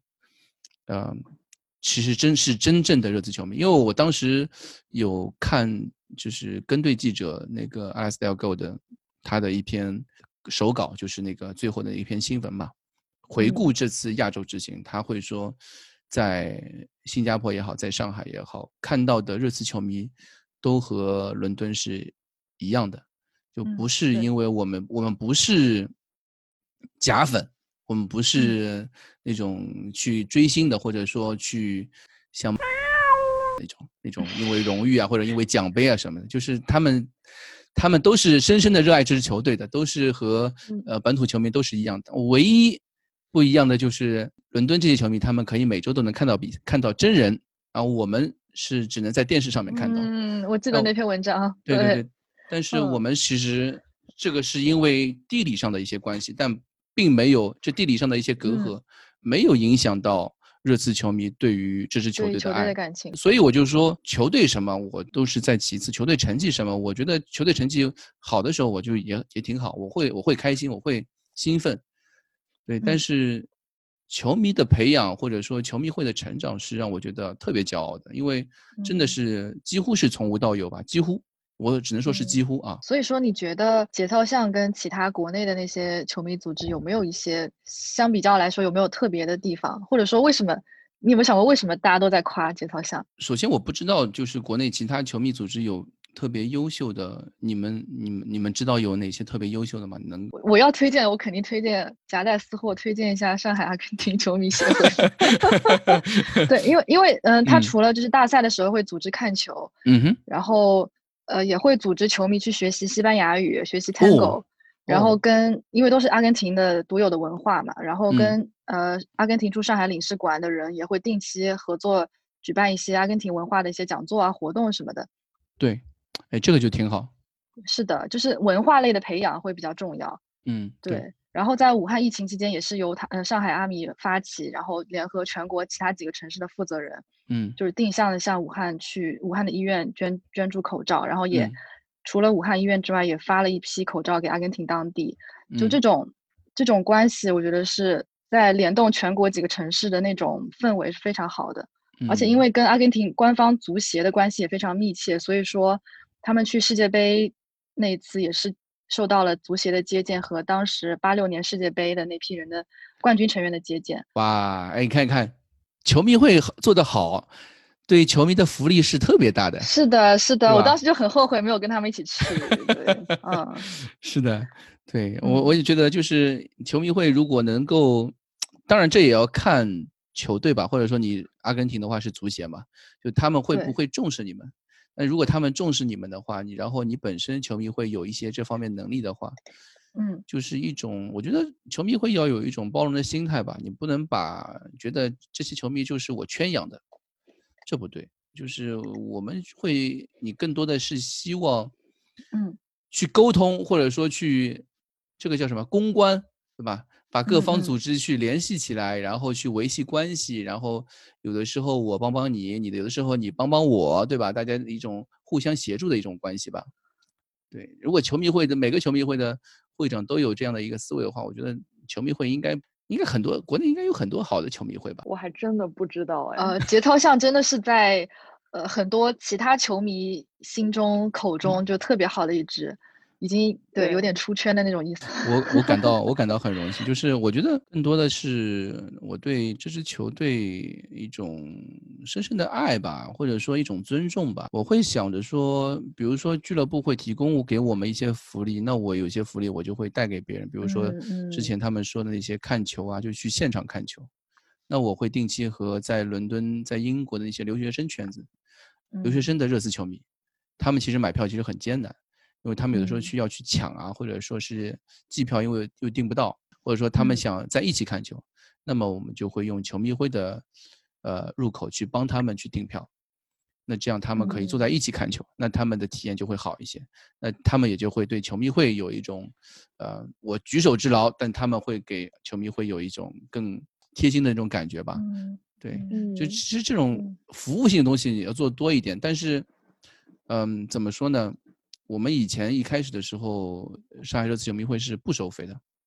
其实真正的热刺球迷，因为我当时有看就是跟队记者那个 Alasdair Gold 他的一篇手稿，就是那个最后的一篇新闻嘛，回顾这次亚洲之行，他会说在新加坡也好，在上海也好，看到的热刺球迷都和伦敦是一样的，就不是因为我们不是假粉，我们不是那种去追星的，或者说去像那种因为荣誉啊，或者因为奖杯啊什么的，就是他们都是深深的热爱这支球队的，都是和本土球迷都是一样的。唯一不一样的就是伦敦这些球迷，他们可以每周都能看到真人啊，我们是只能在电视上面看到。 我记得那篇文章。 对。但是我们其实这个是因为地理上的一些关系，但并没有这地理上的一些隔阂，没有影响到热刺球迷对于这支球队的爱， 的感情。 所以我就说，球队什么我都是在其次，球队成绩什么，我觉得球队成绩好的时候，我就也挺好，我会开心，我会兴奋，对。但是球迷的培养或者说球迷会的成长是让我觉得特别骄傲的，因为真的是几乎是从无到有吧，几乎。我只能说是几乎啊。 所以说，你觉得节操巷跟其他国内的那些球迷组织有没有一些相比较来说有没有特别的地方，或者说为什么你有没有想过为什么大家都在夸节操巷？ 首先我不知道，就是国内其他球迷组织有特别优秀的，你们知道有哪些特别优秀的吗？ 我要推荐，我肯定推荐夹带私货，推荐一下上海阿根廷球迷协会。对，因为他除了就是大赛的时候会组织看球，然后也会组织球迷去学习西班牙语，学习 Tango，然后因为都是阿根廷的独有的文化嘛，然后跟阿根廷驻上海领事馆的人也会定期合作举办一些阿根廷文化的一些讲座啊、活动什么的。 对，哎，这个就挺好。 是的，就是文化类的培养会比较重要。对。然后在武汉疫情期间，也是由上海阿米发起，然后联合全国其他几个城市的负责人，就是定向的向武汉的医院捐助口罩，然后也除了武汉医院之外，也发了一批口罩给阿根廷当地。就这种关系，我觉得是在联动全国几个城市的那种氛围是非常好的。而且因为跟阿根廷官方足协的关系也非常密切，所以说他们去世界杯那一次也是受到了足协的接见和当时86年世界杯的那批人的冠军成员的接见。 哇，哎，你看看，球迷会做得好，对球迷的福利是特别大的。 是的，我当时就很后悔没有跟他们一起去。对， 是的，对，我也觉得就是球迷会如果能够，当然这也要看球队吧，或者说你阿根廷的话是足协嘛，就他们会不会重视你们？那如果他们重视你们的话，然后你本身球迷会有一些这方面能力的话，就是一种，我觉得球迷会要有一种包容的心态吧，你不能觉得这些球迷就是我圈养的，这不对，就是我们你更多的是希望，去沟通，或者说去这个叫什么公关，对吧？把各方组织去联系起来，然后去维系关系，然后有的时候我帮帮你，有的时候你帮帮我，对吧？大家一种互相协助的一种关系吧。对，如果每个球迷会的会长都有这样的一个思维的话，我觉得球迷会应该很多，国内应该有很多好的球迷会吧。 我还真的不知道哎。 节操巷真的是在很多其他球迷口中就特别好的一支。已经有点出圈的那种意思。 我感到很荣幸，就是我觉得更多的是我对这支球队一种深深的爱吧，或者说一种尊重吧。我会想着说，比如说俱乐部会提供给我们一些福利，那我有些福利我就会带给别人，比如说之前他们说的那些看球啊，就去现场看球。那我会定期和在伦敦、在英国的一些留学生圈子、留学生的热刺球迷，他们其实买票其实很艰难。因为他们有的时候需要去抢啊，或者说是机票因为又订不到，或者说他们想在一起看球，那么我们就会用球迷会的入口去帮他们去订票，那这样他们可以坐在一起看球，那他们的体验就会好一些，那他们也就会对球迷会有一种我举手之劳，但他们会给球迷会有一种更贴心的那种感觉吧。对，就其实这种服务性的东西也要做多一点，但是怎么说呢，我们以前一开始的时候，上海热刺球迷会是不收费的，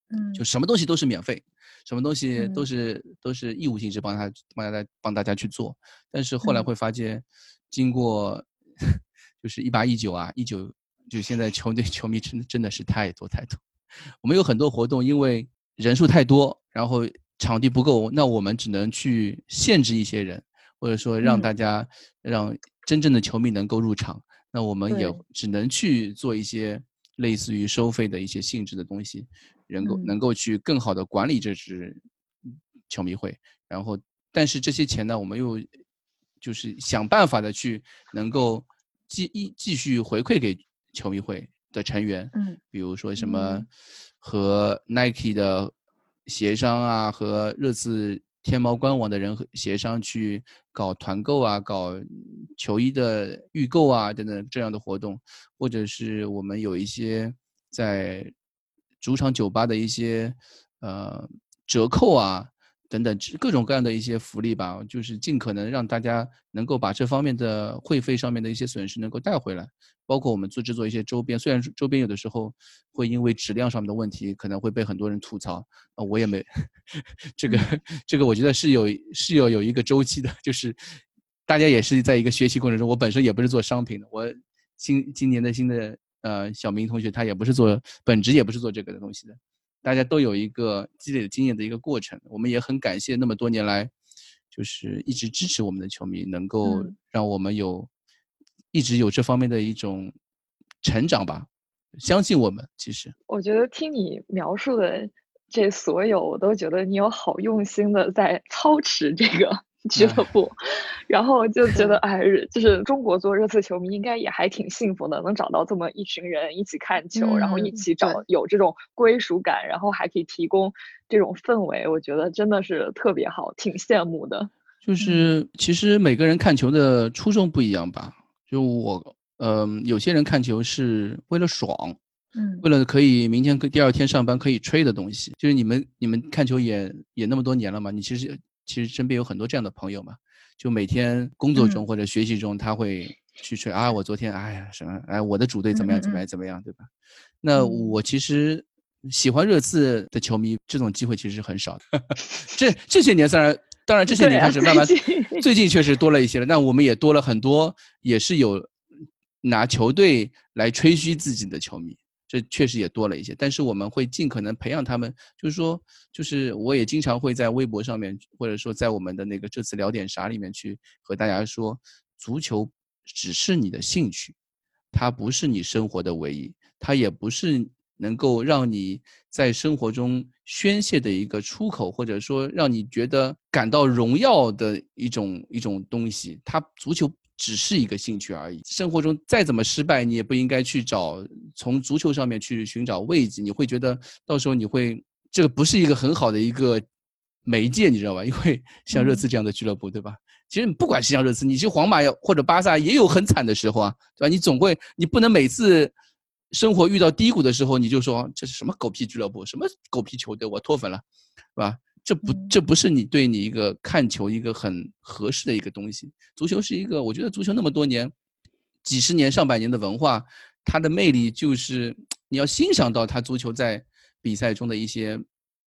就什么东西都是免费，什么东西都是义务性质帮大家去做。但是后来会发现，经过就是18、19啊，19就现在球迷真的是太多。我们有很多活动，因为人数太多，然后场地不够，那我们只能去限制一些人，或者说让真正的球迷能够入场。那我们也只能去做一些类似于收费的一些性质的东西，能够去更好的管理这支球迷会。然后，但是这些钱呢，我们又就是想办法的去能够继续回馈给球迷会的成员。比如说什么和 Nike 的协商啊，和热刺天猫官网的人协商去搞团购啊，搞球衣的预购啊等等这样的活动，或者是我们有一些在主场酒吧的一些折扣啊等等各种各样的一些福利吧，就是尽可能让大家能够把这方面的会费上面的一些损失能够带回来。包括我们制作一些周边，虽然周边有的时候会因为质量上面的问题可能会被很多人吐槽，我也没这个我觉得是有一个周期的，就是大家也是在一个学习过程中。我本身也不是做商品的，我今年的新的小明同学他也不是本职也不是做这个的东西的，大家都有一个积累的经验的一个过程。我们也很感谢那么多年来就是一直支持我们的球迷，能够让我们一直有这方面的一种成长吧，相信我们。其实我觉得听你描述的这所有，我都觉得你有好用心的在操持这个俱乐部，然后就觉得就是中国做热刺球迷应该也还挺幸福的，能找到这么一群人一起看球，然后一起有这种归属感，然后还可以提供这种氛围，我觉得真的是特别好，挺羡慕的。 就是其实每个人看球的初衷不一样吧，就有些人看球是为了爽，为了可以明天第二天上班可以吹的东西。就是你们看球也那么多年了嘛，你其实身边有很多这样的朋友嘛，就每天工作中或者学习中他会去吹我昨天我的主队怎么样，对吧？那我其实喜欢热刺的球迷这种机会其实是很少的这些年当然这些年开始慢慢最近确实多了一些了，那我们也多了很多也是有拿球队来吹嘘自己的球迷，这确实也多了一些。但是我们会尽可能培养他们，就是我也经常会在微博上面，或者说在我们的那个这次聊点啥里面去和大家说，足球只是你的兴趣，它不是你生活的唯一，它也不是能够让你在生活中宣泄的一个出口，或者说让你觉得感到荣耀的一种东西。它足球只是一个兴趣而已，生活中再怎么失败，你也不应该去从足球上面去寻找慰藉，你会觉得到时候这个不是一个很好的一个媒介，你知道吧？因为像热刺这样的俱乐部，对吧？其实不管是像热刺，你去皇马或者巴萨也有很惨的时候啊，对吧？你不能每次生活遇到低谷的时候，你就说这是什么狗屁俱乐部，什么狗屁球队，我脱粉了，是吧？这不是你对你一个看球一个很合适的一个东西。足球是一个，我觉得足球那么多年、几十年、上百年的文化，它的魅力就是你要欣赏到它足球在比赛中的一些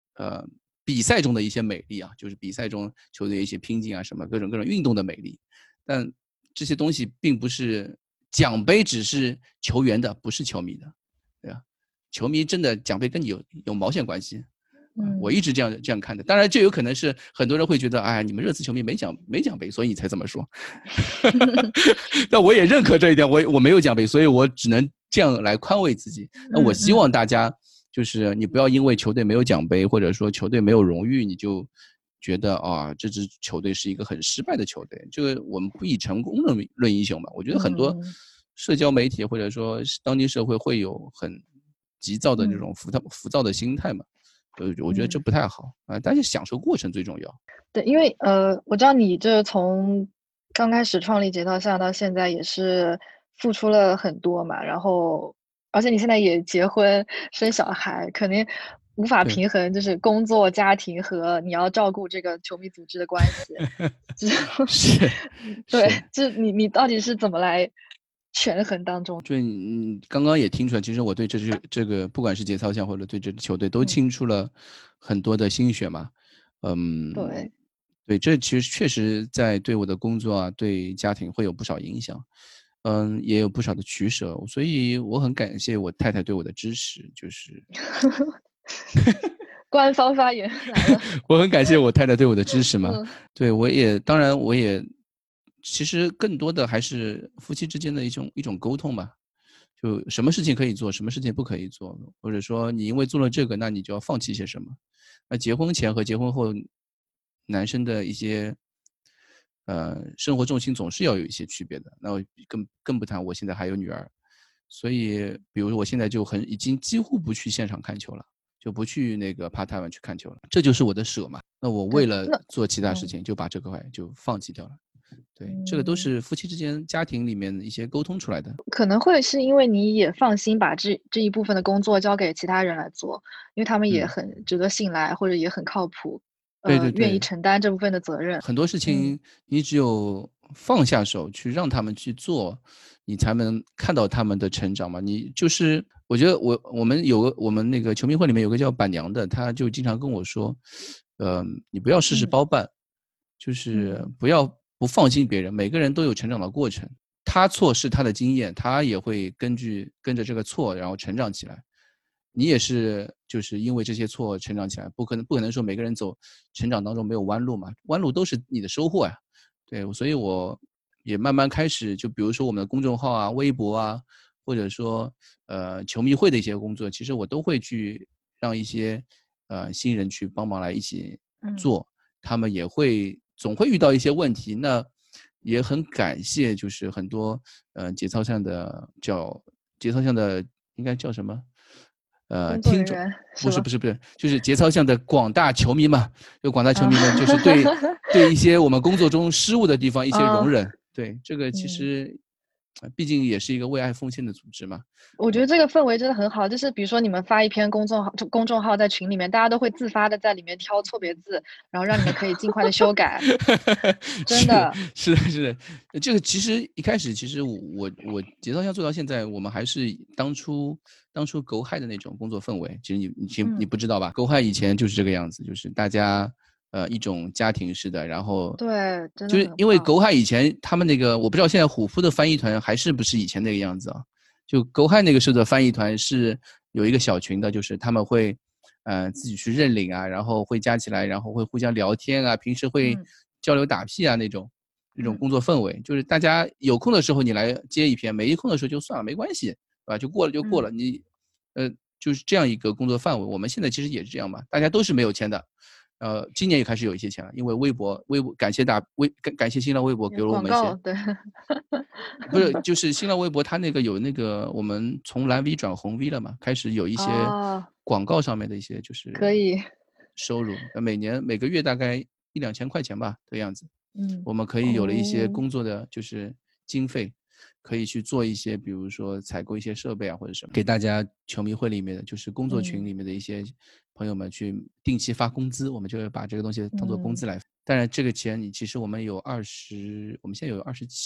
美丽啊，就是比赛中球队一些拼劲啊，什么各种运动的美丽。但这些东西并不是奖杯，只是球员的，不是球迷的，对吧？球迷真的奖杯跟你有毛线关系？我一直这样看的。当然，这有可能是很多人会觉得，你们热刺球迷没奖杯，所以你才这么说。但我也认可这一点，我没有奖杯，所以我只能这样来宽慰自己。那我希望大家就是你不要因为球队没有奖杯，或者说球队没有荣誉，你就觉得这支球队是一个很失败的球队。这个我们不以成功论英雄嘛。我觉得很多社交媒体或者说当今社会会有很急躁的这种浮躁的心态嘛。我觉得这不太好大家享受过程最重要。 对，因为我知道你这从刚开始创立节操下到现在也是付出了很多嘛，然后而且你现在也结婚生小孩，肯定无法平衡就是工作家庭和你要照顾这个球迷组织的关系。 是对，就你到底是怎么来权衡当中。 就刚刚也听出来，其实我对这个不管是节操项或者对这支球队都倾出了很多的心血嘛。对，这其实确实在对我的工作啊，对家庭会有不少影响，也有不少的取舍，所以我很感谢我太太对我的支持，就是官方发言来了。 我很感谢我太太对我的支持嘛。对，当然我也其实更多的还是夫妻之间的一种沟通吧，就什么事情可以做，什么事情不可以做，或者说你因为做了这个，那你就要放弃些什么。那结婚前和结婚后，男生的一些生活重心总是要有一些区别的。那我更不谈我现在还有女儿，所以比如我现在就已经几乎不去现场看球了，就不去那个part time去看球了，这就是我的舍嘛。那我为了做其他事情，就把这个就放弃掉了。对，这个都是夫妻之间家庭里面一些沟通出来的。 可能会是因为你也放心把这一部分的工作交给其他人来做，因为他们也很值得信赖，或者也很靠谱， 对， 愿意承担这部分的责任。 很多事情你只有放下手去让他们去做，你才能看到他们的成长嘛。你就是我觉得我们那个球迷会里面有个叫板娘的，她就经常跟我说，你不要事事包办，就是不放心别人，每个人都有成长的过程，他错是他的经验，他也会跟着这个错然后成长起来。你也是就是因为这些错成长起来，不可能说每个人走成长当中没有弯路嘛，弯路都是你的收获呀。对，所以我也慢慢开始，就比如说我们的公众号啊、微博啊，或者说球迷会的一些工作，其实我都会去让一些新人去帮忙来一起做，他们也总会遇到一些问题，那也很感谢就是很多节操项的应该叫什么听众，不是，就是节操项的广大球迷嘛，就广大球迷们就是对一些我们工作中失误的地方一些容忍。对，这个其实毕竟也是一个为爱奉献的组织嘛。 我觉得这个氛围真的很好，就是比如说你们发一篇公众号在群里面，大家都会自发的在里面挑错别字，然后让你们可以尽快的修改。真的是的，这个其实一开始，其实我节操项做到现在，我们还是当初Go High的那种工作氛围。其实你不知道吧？Go High以前就是这个样子，就是大家一种家庭式的，然后对，真的就是因为Go High以前他们那个，我不知道现在虎扑的翻译团还是不是以前那个样子啊。就Go High那个时候的翻译团是有一个小群的，就是他们会自己去认领啊，然后会加起来，然后会互相聊天啊，平时会交流打屁啊那种工作氛围，就是大家有空的时候你来接一篇，没空的时候就算了，没关系，对吧？就过了就过了，你就是这样一个工作范围。我们现在其实也是这样嘛，大家都是没有钱的。今年也开始有一些钱了，因为微博感谢新浪微博给了我们一些， 对， 不是就是新浪微博它那个有那个我们从蓝 V 转红 V 了嘛，开始有一些广告上面的一些就是可以收入，每个月大概1-2千块钱吧的样子。我们可以有了一些工作的就是经费，可以去做一些，比如说采购一些设备啊或者什么，给大家球迷会里面的就是工作群里面的一些朋友们去定期发工资，我们就会把这个东西当做工资来。当然这个钱其实我们现在有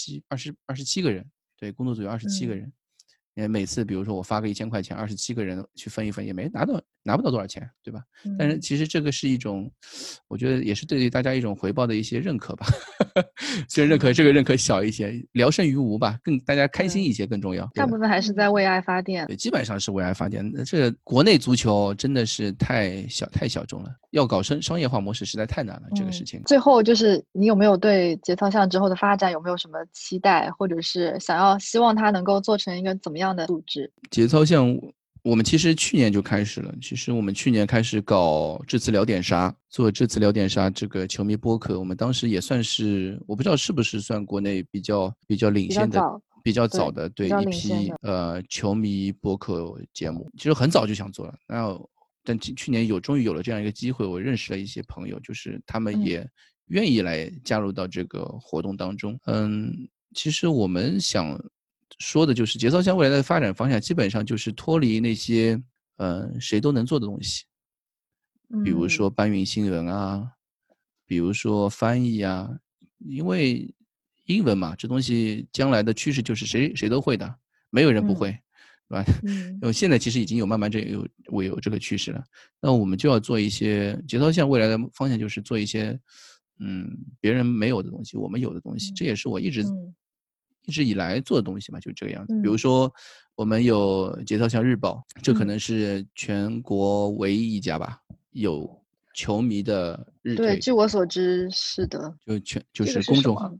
27个人，对，工作组有27个人。每次比如说我发个1000块钱，27个人去分一分，也拿不到多少钱，对吧？但是其实这个是一种，我觉得也是对大家一种回报的一些认可吧。虽然这个认可小一些，聊胜于无吧，大家开心一些更重要。 大部分还是在为爱发电。 对，基本上是为爱发电。这个国内足球真的是太小众了，要搞商业化模式实在太难了，这个事情。 最后就是你有没有对节操项之后的发展有没有什么期待，或者是希望它能够做成一个怎么样的组织？ 节操项我们其实去年就开始了，其实我们去年开始搞这次聊点啥，做这次聊点啥这个球迷播客，我们当时也算是，我不知道是不是算国内比较领先的比较早的对一批球迷播客节目，其实很早就想做了。但去年终于有了这样一个机会，我认识了一些朋友，就是他们也愿意来加入到这个活动当中。其实我们想说的就是节操项未来的发展方向基本上就是脱离那些谁都能做的东西，比如说搬运新闻啊，比如说翻译啊，因为英文嘛，这东西将来的趋势就是谁都会的，没有人不会，是吧？因为现在其实已经有慢慢有这个趋势了。那我们就要做一些节操项，未来的方向就是做一些别人没有的东西，我们有的东西，这也是我一直以来做的东西嘛，就这个样子。比如说我们有节操项日报，这可能是全国唯一一家吧，有球迷的日推。 对，据我所知是的。 就是公众号，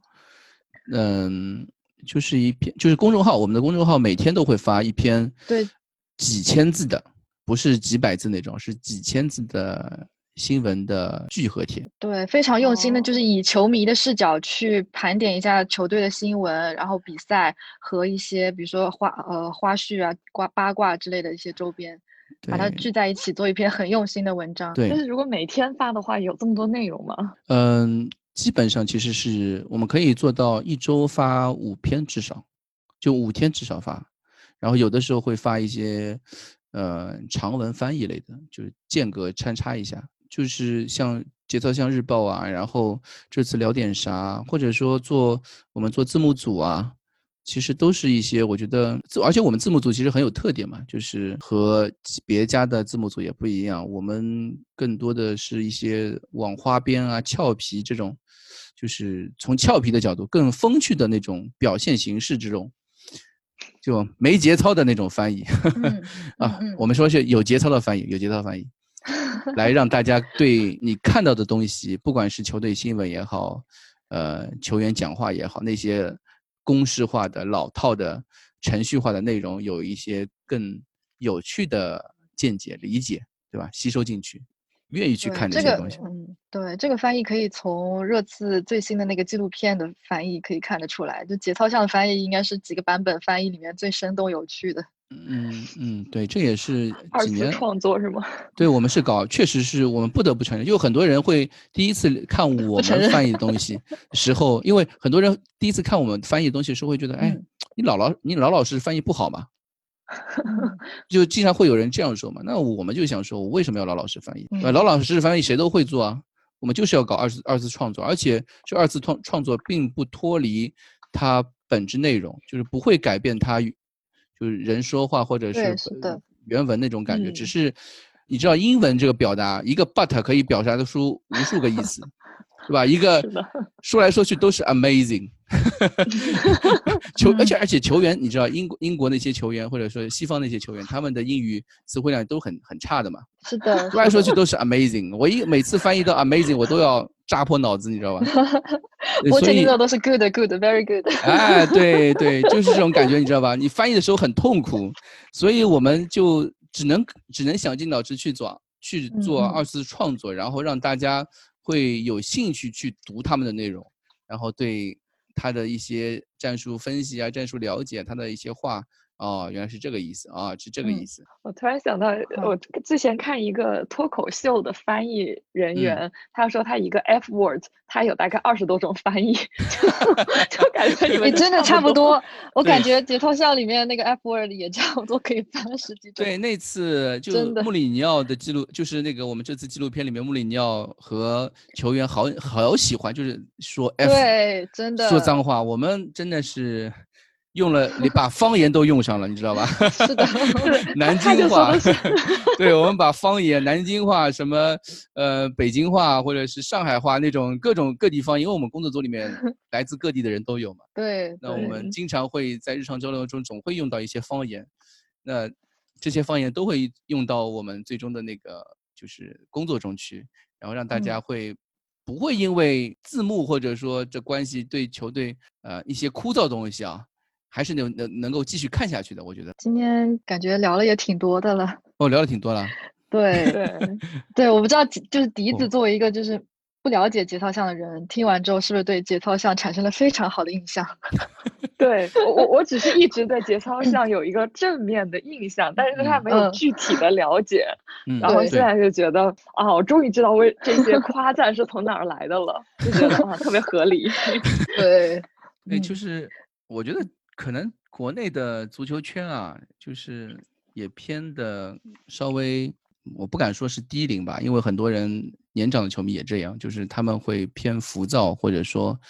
就是一篇，就是公众号，我们的公众号每天都会发一篇， 对， 几千字的，不是几百字那种，是几千字的新闻的聚合帖。 对，非常用心的，就是以球迷的视角去盘点一下球队的新闻，然后比赛和一些比如说花絮啊、八卦之类的一些周边，把它聚在一起做一篇很用心的文章。 对， 但是如果每天发的话，有这么多内容吗？ 基本上其实是我们可以做到一周发5篇至少，就5天至少发，然后有的时候会发一些长文翻译类的，就是间隔穿插一下，就是像节操项日报啊，然后这次聊点啥，或者说我们做字幕组啊，其实都是一些我觉得，而且我们字幕组其实很有特点嘛，就是和别家的字幕组也不一样，我们更多的是一些往花边啊、俏皮这种，就是从俏皮的角度更风趣的那种表现形式，这种就没节操的那种翻译我们说是有节操的翻译，有节操翻译来让大家对你看到的东西，不管是球队新闻也好，球员讲话也好，那些公式化的老套的程序化的内容有一些更有趣的见解理解，对吧？吸收进去，愿意去看这些东西。 对，这个翻译可以从热刺最新的那个纪录片的翻译可以看得出来，就节操项的翻译应该是几个版本翻译里面最生动有趣的。 对，这也是 2次创作是吗？ 对，我们是搞，确实是我们不得不承认，有很多人会第一次看我们翻译的东西时候，因为很多人第一次看我们翻译的东西的时候会觉得，哎，你老实翻译不好吗？就经常会有人这样说嘛。那我们就想说，我为什么要老实翻译？老实翻译谁都会做啊，我们就是要搞二次创作，而且这2次创作并不脱离它本质内容，就是不会改变它。就是人说话或者是原文那种感觉，只是你知道英文这个表达，一个 but 可以表达出无数个意思，对吧？一个说来说去都是 amazing 而且球员，你知道英国那些球员或者说西方那些球员，他们的英语词汇量都很差的嘛。 是的， 说来说去都是 amazing。我每次翻译到 amazing， 我都要扎破脑子，你知道吧？ 我听到都是 good，very good。 哎，对，就是这种感觉，你知道吧？你翻译的时候很痛苦，所以我们就只能想尽脑汁去做2次创作，然后让大家会有兴趣去读他们的内容，然后对他的一些战术分析啊、战术了解，他的一些话。原来是这个意思啊，是这个意思。 我突然想到，我之前看一个脱口秀的翻译人员，他说他一个 F word， 他有大概20多种翻译，就感觉你们真的差不多。我感觉节操项里面那个 F word 也差不多可以翻10几种。 对，那次就穆里尼奥的记录，就是那个我们这次纪录片里面，穆里尼奥和球员好喜欢，就是说 F， 对，真的说脏话，我们真的是。用了，你把方言都用上了，你知道吧？ 是的， 南京话，对，我们把方言、南京话、什么北京话或者是上海话那种各地方，因为我们工作组里面来自各地的人都有嘛。 对。 那我们经常会在日常交流中总会用到一些方言，那这些方言都会用到我们最终的那个就是工作中去，然后让大家不会因为字幕或者说这关系对球队一些枯燥的东西啊。还是能够继续看下去的，我觉得。 今天感觉聊了也挺多的了。 聊了挺多了。 对，我不知道，就是笛子作为一个就是不了解节操项的人，听完之后是不是对节操项产生了非常好的印象？ 对，我只是一直对节操项有一个正面的印象，但是他没有具体的了解。然后现在就觉得我终于知道这些夸赞是从哪儿来的了，就觉得特别合理。 对， 就是我觉得。可能国内的足球圈啊，就是也偏的稍微，我不敢说是低龄吧，因为很多人年长的球迷也这样，就是他们会偏浮躁，或者说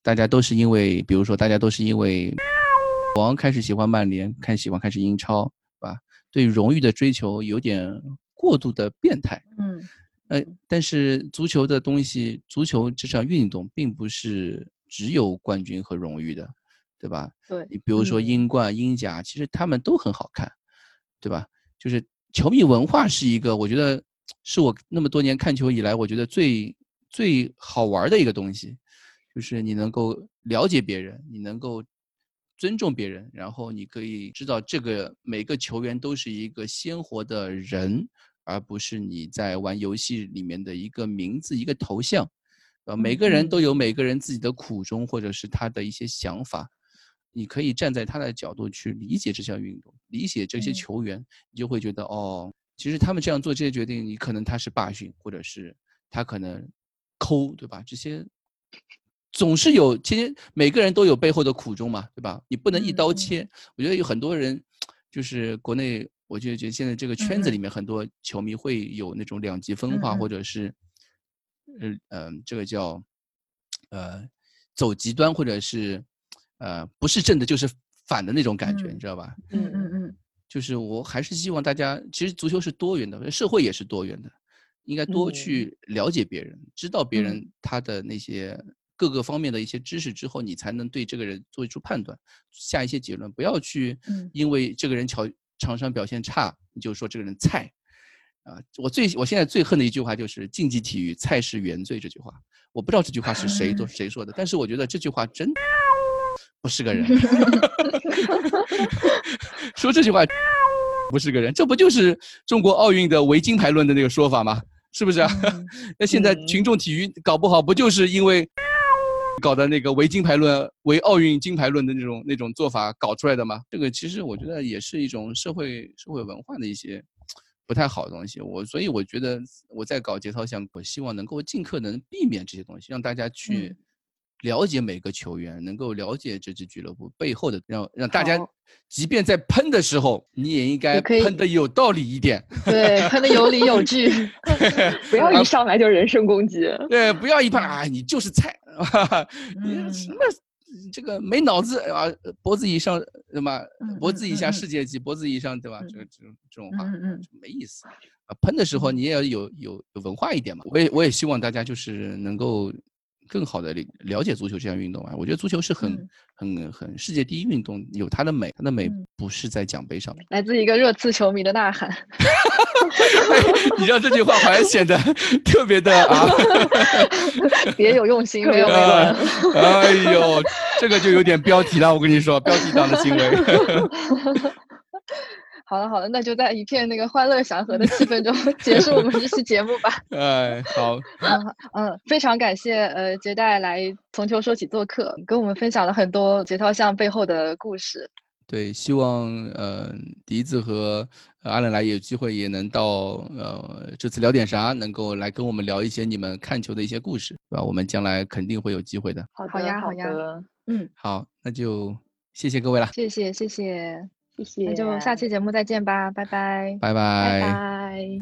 大家都是因为，比如说大家都是因为王开始喜欢曼联，开始英超，对吧？对荣誉的追求有点过度的变态。但是足球的东西，足球这项运动并不是只有冠军和荣誉的，对吧？ 对， 你比如说英冠、英甲，其实他们都很好看，对吧？就是球迷文化是一个，我觉得是我那么多年看球以来，我觉得最好玩的一个东西，就是你能够了解别人，你能够尊重别人，然后你可以知道这个每个球员都是一个鲜活的人，而不是你在玩游戏里面的一个名字、一个头像。每个人都有每个人自己的苦衷，或者是他的一些想法。你可以站在他的角度去理解这项运动，理解这些球员，你就会觉得哦，其实他们这样做这些决定，你可能他是罢训，或者是他可能抠，对吧？这些总是有，其实每个人都有背后的苦衷嘛，对吧？你不能一刀切。我觉得有很多人，就是国内，我觉得现在这个圈子里面很多球迷会有那种两极分化，或者是这个叫走极端，或者是不是正的就是反的那种感觉，你知道吧？就是我还是希望大家，其实足球是多元的，社会也是多元的，应该多去了解别人，知道别人他的那些各个方面的一些知识之后，你才能对这个人做出判断，下一些结论。不要去因为这个人场上表现差，你就说这个人菜。我现在最恨的一句话就是竞技体育菜是原罪这句话。我不知道这句话是谁说的，但是我觉得这句话真不是个人。说这句话不是个人，这不就是中国奥运的唯金牌论的那个说法吗？是不是啊？那现在群众体育搞不好不就是因为搞的那个唯金牌论、唯奥运金牌论的那种做法搞出来的吗？这个其实我觉得也是一种社会文化的一些不太好的东西。所以我觉得我在搞节操项，我希望能够尽可能避免这些东西，让大家去了解每个球员，能够了解这支俱乐部背后的，让大家即便在喷的时候，你也应该喷的有道理一点， 对，喷的有理有据， 不要一上来就人身攻击。 对，不要一喷啊，你就是菜，你什么这个没脑子啊，脖子以上对吧？脖子以下世界级，脖子以上对吧？这种话没意思啊。喷的时候你也要有文化一点嘛。我也希望大家就是能够更好的了解足球这项运动啊。我觉得足球是很世界第一运动，有它的美，它的美不是在奖杯上面。 来自一个热刺球迷的呐喊。 你让这句话好像显得特别的啊， 别有用心，没有。 哎呦，这个就有点标题了，我跟你说，标题党的行为。 好了，那就在一片那个欢乐祥和的气氛中结束我们这期节目吧。 哎，好。 非常感谢杰代来从球说起做客，跟我们分享了很多节操项背后的故事。 对，希望笛子和阿冷来有机会也能到这次聊点啥，能够来跟我们聊一些你们看球的一些故事，对吧？我们将来肯定会有机会的。 好呀。 好，那就谢谢各位了。 谢谢，那就下期节目再见吧，拜拜。 拜拜。